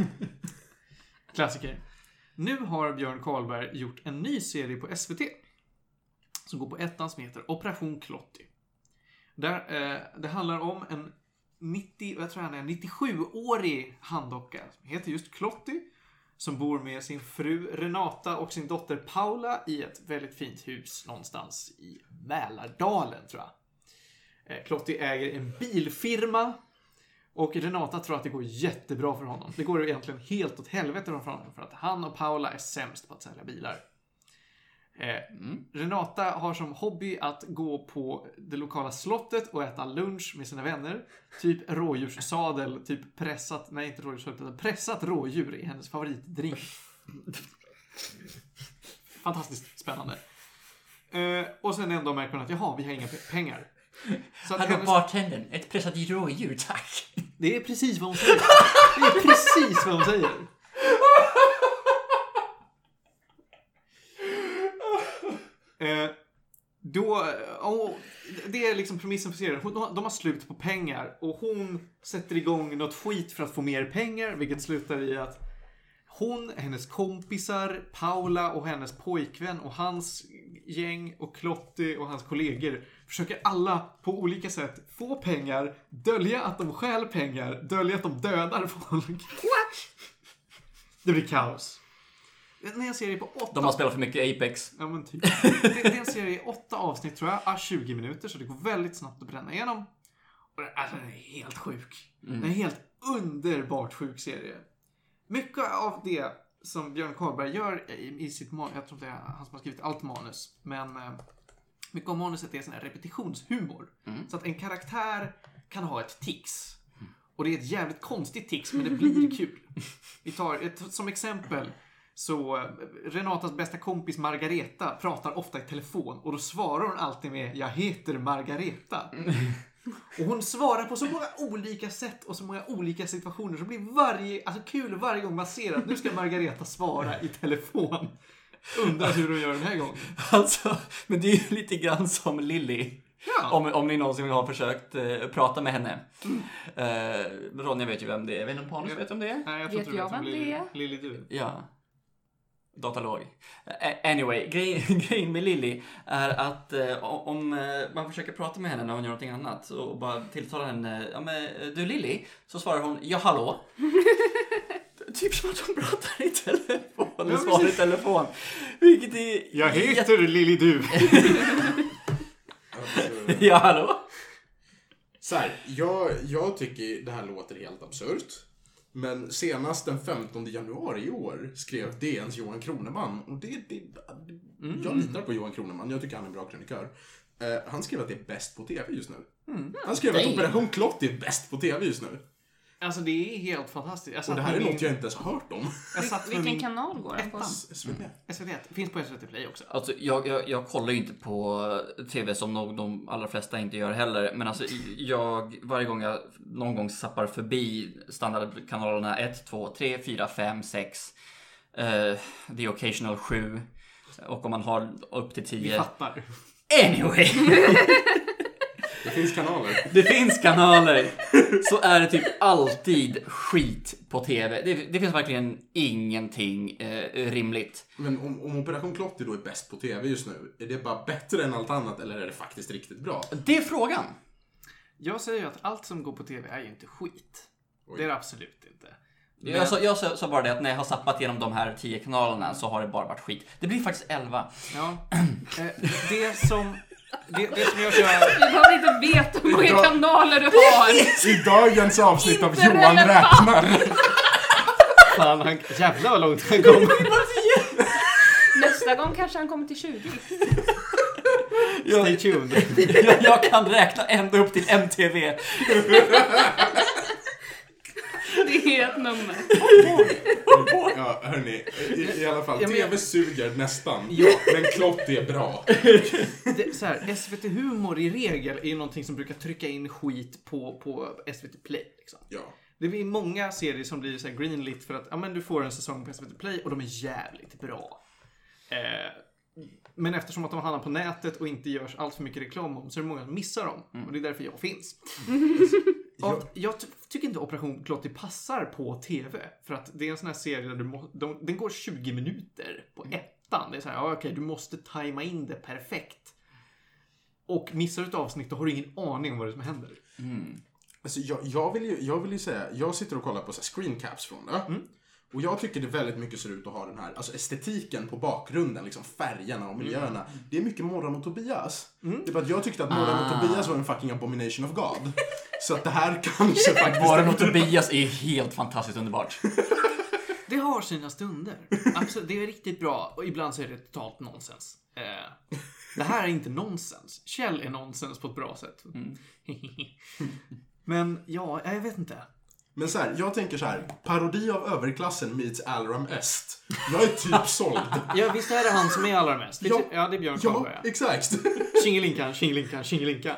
Klassiker. Nu har Björn Karlberg gjort en ny serie på S V T. Som går på ettan som heter Operation Klotty. Där, eh, det handlar om en nittio, jag tror han är nittiosju-årig handdocka. Som heter just Klotty. Som bor med sin fru Renata och sin dotter Paula i ett väldigt fint hus någonstans i Mälardalen, tror jag. Eh, Klotty äger en bilfirma. Och Renata tror att det går jättebra för honom. Det går egentligen helt åt helvete för honom. För att han och Paula är sämst på att sälja bilar. Eh, Mm. Renata har som hobby att gå på det lokala slottet och äta lunch med sina vänner. Typ rådjurssadel, typ pressat, nej inte rådjurssadel, utan pressat rådjur är hennes favoritdrink. Fantastiskt spännande. Eh, och sen en dag märker hon att jaha, vi har inga pe- pengar. Så att Hallå hennes- bartendern, ett pressat rådjur, tack. Det är precis vad hon säger. Det är precis vad hon säger. Eh, då, oh, det är liksom premissen för serien. Hon, de har slut på pengar och hon sätter igång något skit för att få mer pengar, vilket slutar i att hon, hennes kompisar, Paula och hennes pojkvän och hans gäng och Klotty och hans kollegor försöker alla på olika sätt få pengar, dölja att de stjäl pengar, dölja att de dödar folk. What? Det blir kaos. Det är en serie på åtta... De har spelat för mycket Apex. Ja, men typ. Det, det är en serie i åtta avsnitt, tror jag. Ah, tjugo minuter, så det går väldigt snabbt att bränna igenom. Och det, alltså, den är helt sjuk. Mm. Den är en helt underbart sjuk serie. Mycket av det som Björn Karlberg gör i, i sitt manus, jag tror inte det är han som har skrivit allt manus, men eh, mycket av manuset är sån här repetitionshumor. Mm. Så att en karaktär kan ha ett tics. Och det är ett jävligt konstigt tics, men det blir kul. Vi tar ett, som exempel. Så eh, Renatas bästa kompis Margareta pratar ofta i telefon. Och då svarar hon alltid med jag heter Margareta. Och hon svarar på så många olika sätt och så många olika situationer. Så det blir varje, alltså kul varje gång man ser att nu ska Margareta svara i telefon. Undrar hur hon gör den här gången. Alltså, men det är ju lite grann som Lily Ja. Om, om ni någonsin har försökt eh, prata med henne. Mm. Eh, Ronja vet ju vem det är. Vet inte om Hanus vet vem det är? Nej, jag tror Vet inte du jag vet om vem Lili, det är? Lili du. Ja. Datalog. Uh, anyway, grej, grejen med Lily är att uh, om uh, man försöker prata med henne när hon gör någonting annat och bara tilltalar henne, ja men du Lily, så svarar hon, ja hallå. Typ som att hon pratar i telefon, eller svarar i telefon. Vilket är... Jag heter Lili du. Ja hallå. Så här, jag, jag tycker det här låter helt absurt. Men senast den femtonde januari i år skrev D N:s Johan Kroneman. Och det, det, mm. Jag litar på Johan Kroneman. Jag tycker han är en bra krönikör. Uh, han skrev att det är bäst på tv just nu. Mm. Han skrev att Operation Klott är bäst på tv just nu. Alltså det är helt fantastiskt. Och det här är något jag inte ens har hört om. Vilken min... kanal går den på? S V T. S V T. Finns på S V T Play också. Alltså jag, jag, jag kollar ju inte på tv som nog de allra flesta inte gör heller. Men alltså jag, varje gång jag någon gång zappar förbi standardkanalerna ett, två, tre, fyra, fem, sex. Uh, The Occasional sju. Och om man har upp till tio. Vi fattar. Anyway. Det finns kanaler. Det finns kanaler. Så är det typ alltid skit på tv. Det, det finns verkligen ingenting eh, rimligt. Men om, om Operation Klott då är bäst på tv just nu, är det bara bättre än allt annat eller är det faktiskt riktigt bra? Det är frågan. Jag säger ju att allt som går på tv är ju inte skit. Oj. Det är det absolut inte. Men... Jag, sa, jag sa, sa bara det att när jag har zappat igenom de här tio kanalerna så har det bara varit skit. Det blir faktiskt elva. Ja. Det som... Det, det som jag kör... Vi behöver inte veta hur många Idag... kanaler du har. I dagens avsnitt av Johan räknar. Fan, han... Jävlar vad långt han kom. Nästa gång kanske han kommer till tjugo. Stay tuned. jag, jag kan räkna ända upp till M T V. Det är ett nummer. Ja, hörni. I, i alla fall, ja, men... tv suger nästan. Ja. Men Klott är bra. Det, så här, S V T-humor i regel är ju någonting som brukar trycka in skit på, på S V T Play. Liksom. Ja. Det blir många serier som blir så här greenlit för att ja, men du får en säsong på S V T Play och de är jävligt bra. Eh, men eftersom att de hamnar på nätet och inte görs allt för mycket reklam om så är det många som missar dem. Mm. Och det är därför jag finns. Och jag ty- tycker inte Operation Klotty passar på tv. För att det är en sån här serie där du må- de, den går tjugo minuter på ettan. Det är så här, ja, okej, du måste tajma in det perfekt. Och missar ett avsnitt och har du ingen aning om vad det som händer. Mm. Alltså, jag, jag, vill ju, jag vill ju säga, jag sitter och kollar på så här screencaps från det. Mm. Och jag tycker det väldigt mycket ser ut att ha den här, alltså estetiken på bakgrunden, liksom färgerna och miljöerna. Mm. Det är mycket Morran och Tobias. Mm. Det är bara att jag tyckte att Morran ah. och Tobias var en fucking abomination of God. Så att det här kanske faktiskt... Morran och Tobias är helt fantastiskt underbart. Det har sina stunder. Absolut, det är riktigt bra. Och ibland så är det totalt nonsens. Eh, det här är inte nonsens. Kjell är nonsens på ett bra sätt. Mm. Men ja, jag vet inte. Men så här, jag tänker så här, parodi av överklassen meets Alaram Est. Jag är typ såld. Ja, visst är det han som är allra mest. Ja, ja det är Björn ja, Karlberg. Ja, exakt. Tjingelinkan, tjingelinkan, tjingelinkan.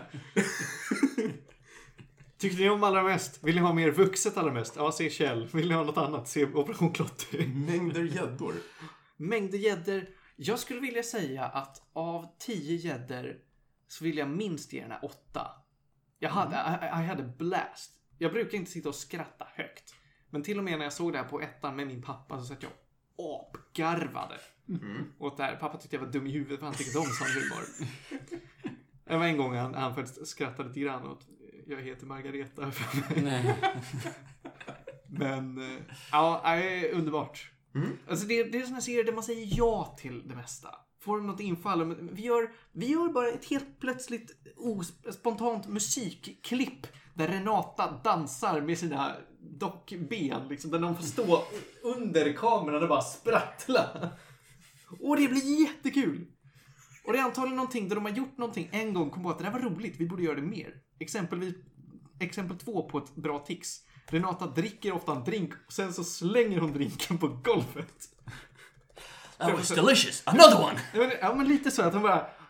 Tycker ni om allra mest? Vill ni ha mer vuxet allra mest? Ja, se Kjell. Vill ni ha något annat? Se Operation Klotty. Mängder gäddor. Mängder gäddor. Jag skulle vilja säga att av tio gäddor så vill jag minst ge den här åtta. Jag hade, I, I had a blast. Jag brukar inte sitta och skratta högt. Men till och med när jag såg det här på ettan med min pappa så satt jag apgarvade. Mm. Och där, pappa tyckte jag var dum i huvudet för han tyckte om sån humor. Det var en gång han, han faktiskt skrattade lite grann åt jag heter Margareta. Nej. Men ja, det är underbart. Mm. Alltså det, det är såna serier där man säger ja till det mesta. Får något infall. Men vi gör, vi gör bara ett helt plötsligt spontant musikklipp där Renata dansar med sina dockben. Liksom, där de får stå under kameran och bara sprattla. Och det blir jättekul. Och det är antagligen någonting där de har gjort någonting en gång. Kom på att det där var roligt, vi borde göra det mer. Exempelvis, exempel två på ett bra tics. Renata dricker ofta en drink och sen så slänger hon drinken på golvet. That was delicious. Another one. Ja men, ja, men lite så att hon bara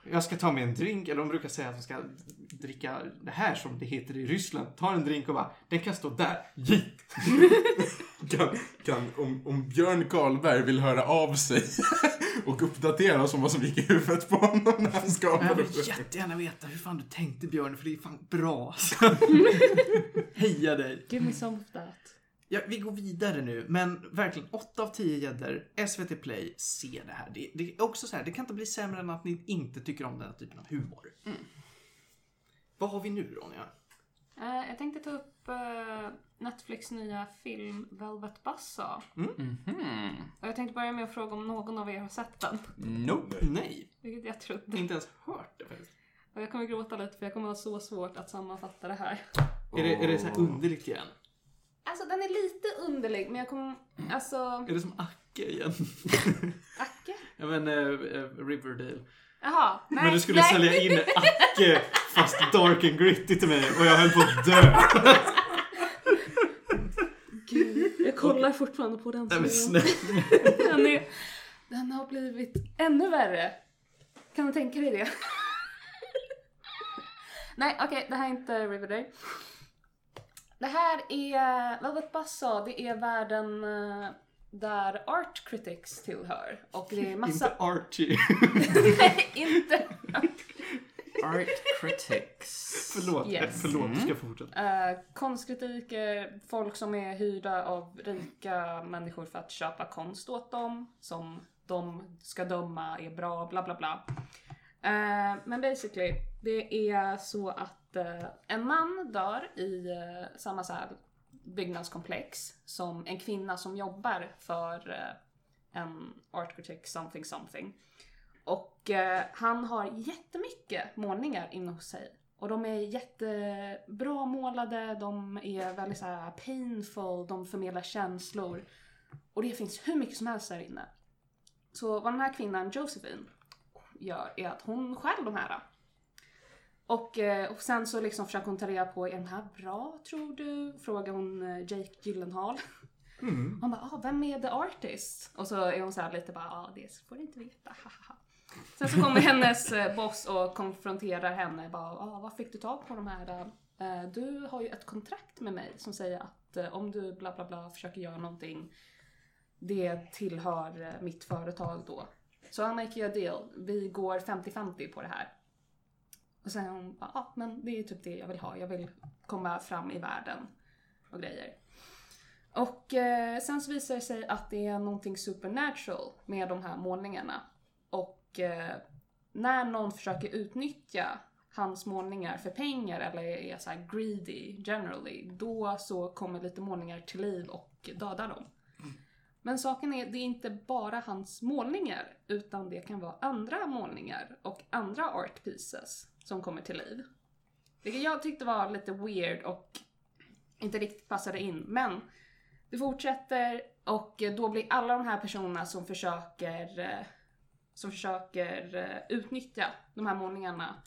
jag ska ta mig en drink. Eller de brukar säga att de ska dricka det här som det heter i Ryssland. Ta en drink och bara, den kan stå där. Gitt. Kan, kan, om, om Björn Karlberg vill höra av sig och uppdatera oss om vad som gick i huvudet på honom när han skapade Jag vill det. jättegärna veta hur fan du tänkte, Björn, för det är fan bra. Heja dig. Give me some of that. Ja, vi går vidare nu, men verkligen åtta av tio gäddor, S V T Play, se det här. Det, det är också så här, det kan inte bli sämre än att ni inte tycker om den här typen av humor. Mm. Vad har vi nu, Ronja? Uh, jag tänkte ta upp uh, Netflix nya film Velvet Buzzsaw. Mhm. Och jag tänkte börja med att fråga om någon av er har sett den. Nope. Nej, Vilket jag trodde. inte ens hört det faktiskt. Och jag kommer gråta lite för jag kommer ha så svårt att sammanfatta det här. Är det, är det så här underligt igen? Alltså den är lite underlig men jag kommer... Alltså... Är det som Acke igen? Acke? Ja men, uh, uh, Riverdale. Jaha, nej. Men du skulle nej. sälja in Acke fast dark and gritty till mig och jag höll på att dö. Gud, jag kollar fortfarande på den. Nej men serien. snälla. Den, är, den har blivit ännu värre. Kan du tänka dig det? Nej, okej, okay, det här är inte Riverdale. Det här är Velvet Buzzsaw, det är världen uh, där Art Critics tillhör. Och det är massa... Inte Archie. Nej, inte Art Critics. Förlåt, Yes. förlåt, du ska fortsätta. Uh, konstkritiker, folk som är hyrda av rika människor för att köpa konst åt dem. Som de ska döma är bra, bla bla bla. Uh, men basically, det är så att uh, en man dör i uh, samma så här byggnadskomplex som en kvinna som jobbar för uh, en art critic something something. Och uh, han har jättemycket målningar inne hos sig. Och de är jättebra målade, de är väldigt så här painful, de förmedlar känslor. Och det finns hur mycket som helst där inne. Så vad den här kvinnan, Josephine, gör är att hon stjäl de här. Och, och sen så liksom försöker hon ta reda på, är de här bra tror du? Frågar hon Jake Gyllenhaal. Mm. Han bara, ah, vem är the artist? Och så är hon så här lite bara, ja ah, det får du inte veta. Sen så kommer hennes boss och konfronterar henne. Bara, ah, vad fick du tag på de här? Du har ju ett kontrakt med mig som säger att om du bla bla bla försöker göra någonting, det tillhör mitt företag då. Så I'll make you a deal. Vi går femtio femtio på det här. Och sen hon bara, ah, men det är typ det jag vill ha. Jag vill komma fram i världen och grejer. Och eh, sen så visar det sig att det är någonting supernatural med de här målningarna. Och eh, när någon försöker utnyttja hans målningar för pengar eller är så här greedy generally, då så kommer lite målningar till liv och dödar dem. Men saken är, det är inte bara hans målningar, utan det kan vara andra målningar och andra art pieces som kommer till liv. Vilket jag tyckte var lite weird och inte riktigt passade in. Men det fortsätter och då blir alla de här personerna som försöker, som försöker utnyttja de här målningarna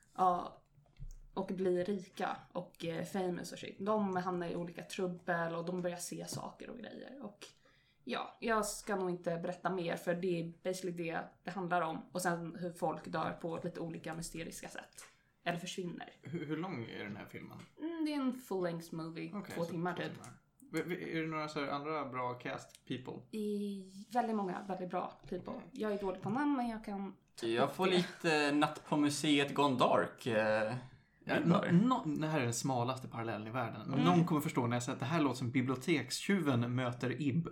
och bli rika och famous och shit. De hamnar i olika trubbel och de börjar se saker och grejer. Och ja, jag ska nog inte berätta mer för det är basically det det handlar om. Och sen hur folk dör på lite olika mysteriska sätt. Eller försvinner. Hur, hur lång är den här filmen? Mm, det är en full-length movie. Okay, två timmar typ. Är det några så här andra bra cast people? I väldigt många väldigt bra people. Jag är dålig på namn men jag kan... Jag får lite natt på museet Gone Dark. Eh, ja, no, no, det här är den smalaste parallellen i världen. Men mm. någon kommer förstå när jag säger att det här låter som bibliotekstjuven möter Ib.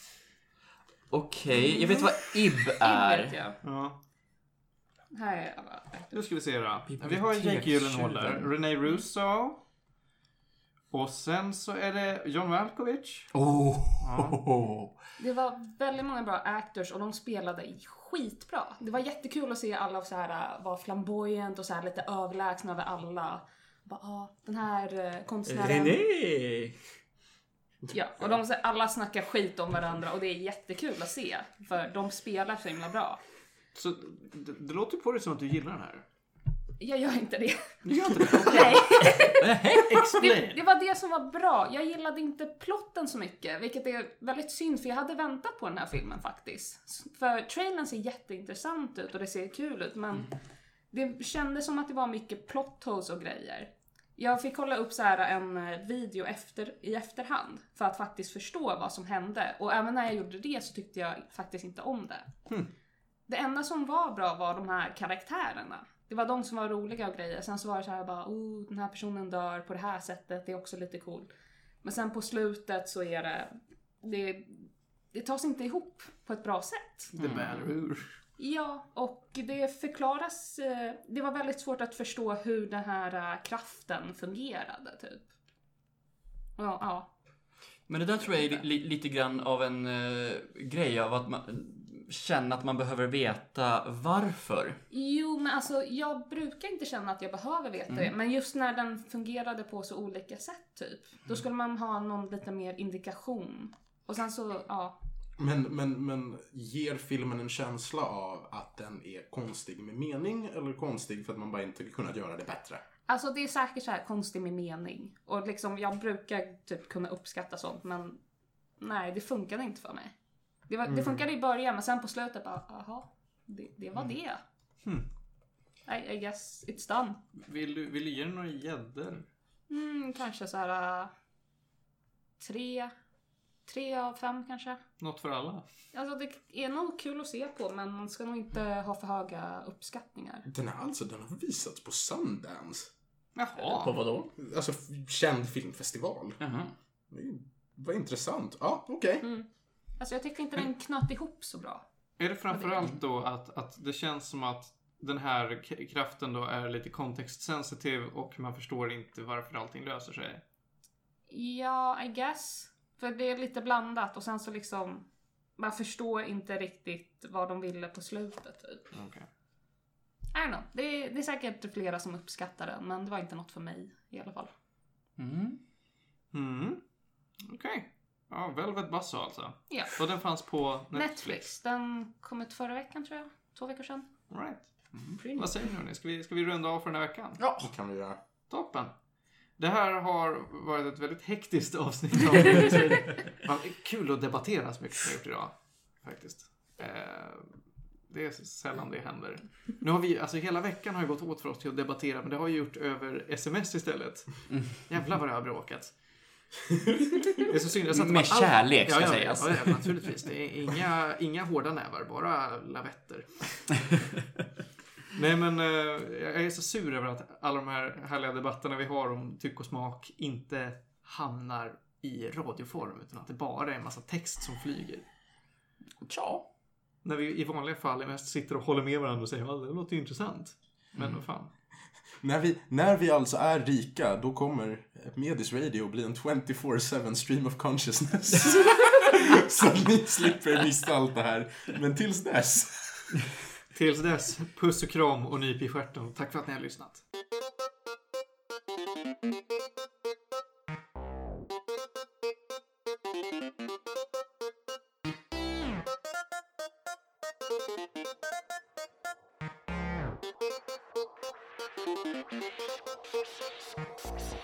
Okej, okay, jag vet vad Ib är. Ib vet jag. Ja. Här är alla. Nu ska vi se då. Vi har Jake Gyllenhaal där. René Russo. Och sen så är det John Malkovich. Oh. Ja. Det var väldigt många bra actors och de spelade skitbra. Det var jättekul att se alla så här vara flamboyant och så här lite överlägsna över alla. Bara, ah, den här konstnären. René! Ja, och de, alla snackar skit om varandra och det är jättekul att se. För de spelar så himla bra. Så det, det låter på dig som att du gillar den här. Jag gör inte det. Du gör inte det? Nej. det, det var det som var bra. Jag gillade inte plotten så mycket. Vilket är väldigt synd för jag hade väntat på den här filmen faktiskt. För trailern ser jätteintressant ut och det ser kul ut. Men det kändes som att det var mycket plot holes och grejer. Jag fick kolla upp så här en video efter, i efterhand för att faktiskt förstå vad som hände. Och även när jag gjorde det så tyckte jag faktiskt inte om det. Hmm. Det enda som var bra var de här karaktärerna. Det var de som var roliga och grejer. Sen så var det så här bara, oh, den här personen dör på det här sättet. Det är också lite cool. Men sen på slutet så är det, det, det tas inte ihop på ett bra sätt. Det bär ur. Ja, och det förklaras, eh, det var väldigt svårt att förstå hur den här eh, kraften fungerade typ. Ja, ja. Men det där tror jag är li- lite grann av en uh, grej av att man känner att man behöver veta varför. Jo, men alltså jag brukar inte känna att jag behöver veta Mm. det. Men just när den fungerade på så olika sätt typ. Då skulle man ha någon lite mer indikation. Och sen så, ja. Men, men, men ger filmen en känsla av att den är konstig med mening eller konstig för att man bara inte kunnat göra det bättre? Alltså det är säkert så här konstigt med mening. Och liksom jag brukar typ kunna uppskatta sånt. Men nej, det funkade inte för mig. Det, var, det funkade i början men sen på slutet bara, aha, det, det var det. Hmm. I, I guess it's done. Vill du, vill du ge den några gäddor? Mm, kanske så här uh, tre, tre av fem kanske. Något för alla? Alltså det är nog kul att se på men man ska nog inte ha för höga uppskattningar. Den är alltså, den har visats på Sundance. Jaha. På vad då? Alltså känd filmfestival. Jaha. Vad intressant. Ja, okej. Okay. Mm. Alltså jag tycker inte den knöt ihop så bra. Är det framförallt då att, att det känns som att den här k- kraften då är lite kontextsensitiv och man förstår inte varför allting löser sig? Ja, I guess. För det är lite blandat och sen så liksom man förstår inte riktigt vad de ville på slutet typ. Okej. Okay. I don't know. Det är, det är säkert flera som uppskattar den men det var inte något för mig i alla fall. Mm. Mm. Okej. Okay. Ja, Velvet Buzzsaw alltså. Ja. Och den fanns på Netflix. Netflix. Den kom ut förra veckan tror jag. Två veckor sedan. All right. Mm. Vad säger ni hörni? Ska vi, ska vi runda av för den här veckan? Ja, det kan vi göra. Toppen. Det här har varit ett väldigt hektiskt avsnitt av ja, kul att debattera så mycket som jag gjort idag. Faktiskt. Eh, det är sällan det händer. Nu har vi, alltså hela veckan har ju gått åt för oss till att debattera men det har ju gjort över sms istället. Jävlar vad det har bråkat. Det är så synd. Jag satt Med kärlek ska ja, ja, sägas. Ja, ja, naturligtvis. Det är inga, inga hårda nävar, bara lavetter. Nej men jag är så sur över att alla de här härliga debatterna vi har om tyck och smak inte hamnar i radioform utan att det bara är en massa text som flyger. Ja. När vi i vanliga fall mest sitter och håller med varandra och säger att det låter intressant. Men mm. vad fan. När vi, när vi alltså är rika, då kommer Medis Radio bli en twenty-four seven stream of consciousness. Så att ni slipper missa allt det här. Men tills dess. Tills dess, puss och kram och nyp i stjärten. Tack för att ni har lyssnat. Thank you.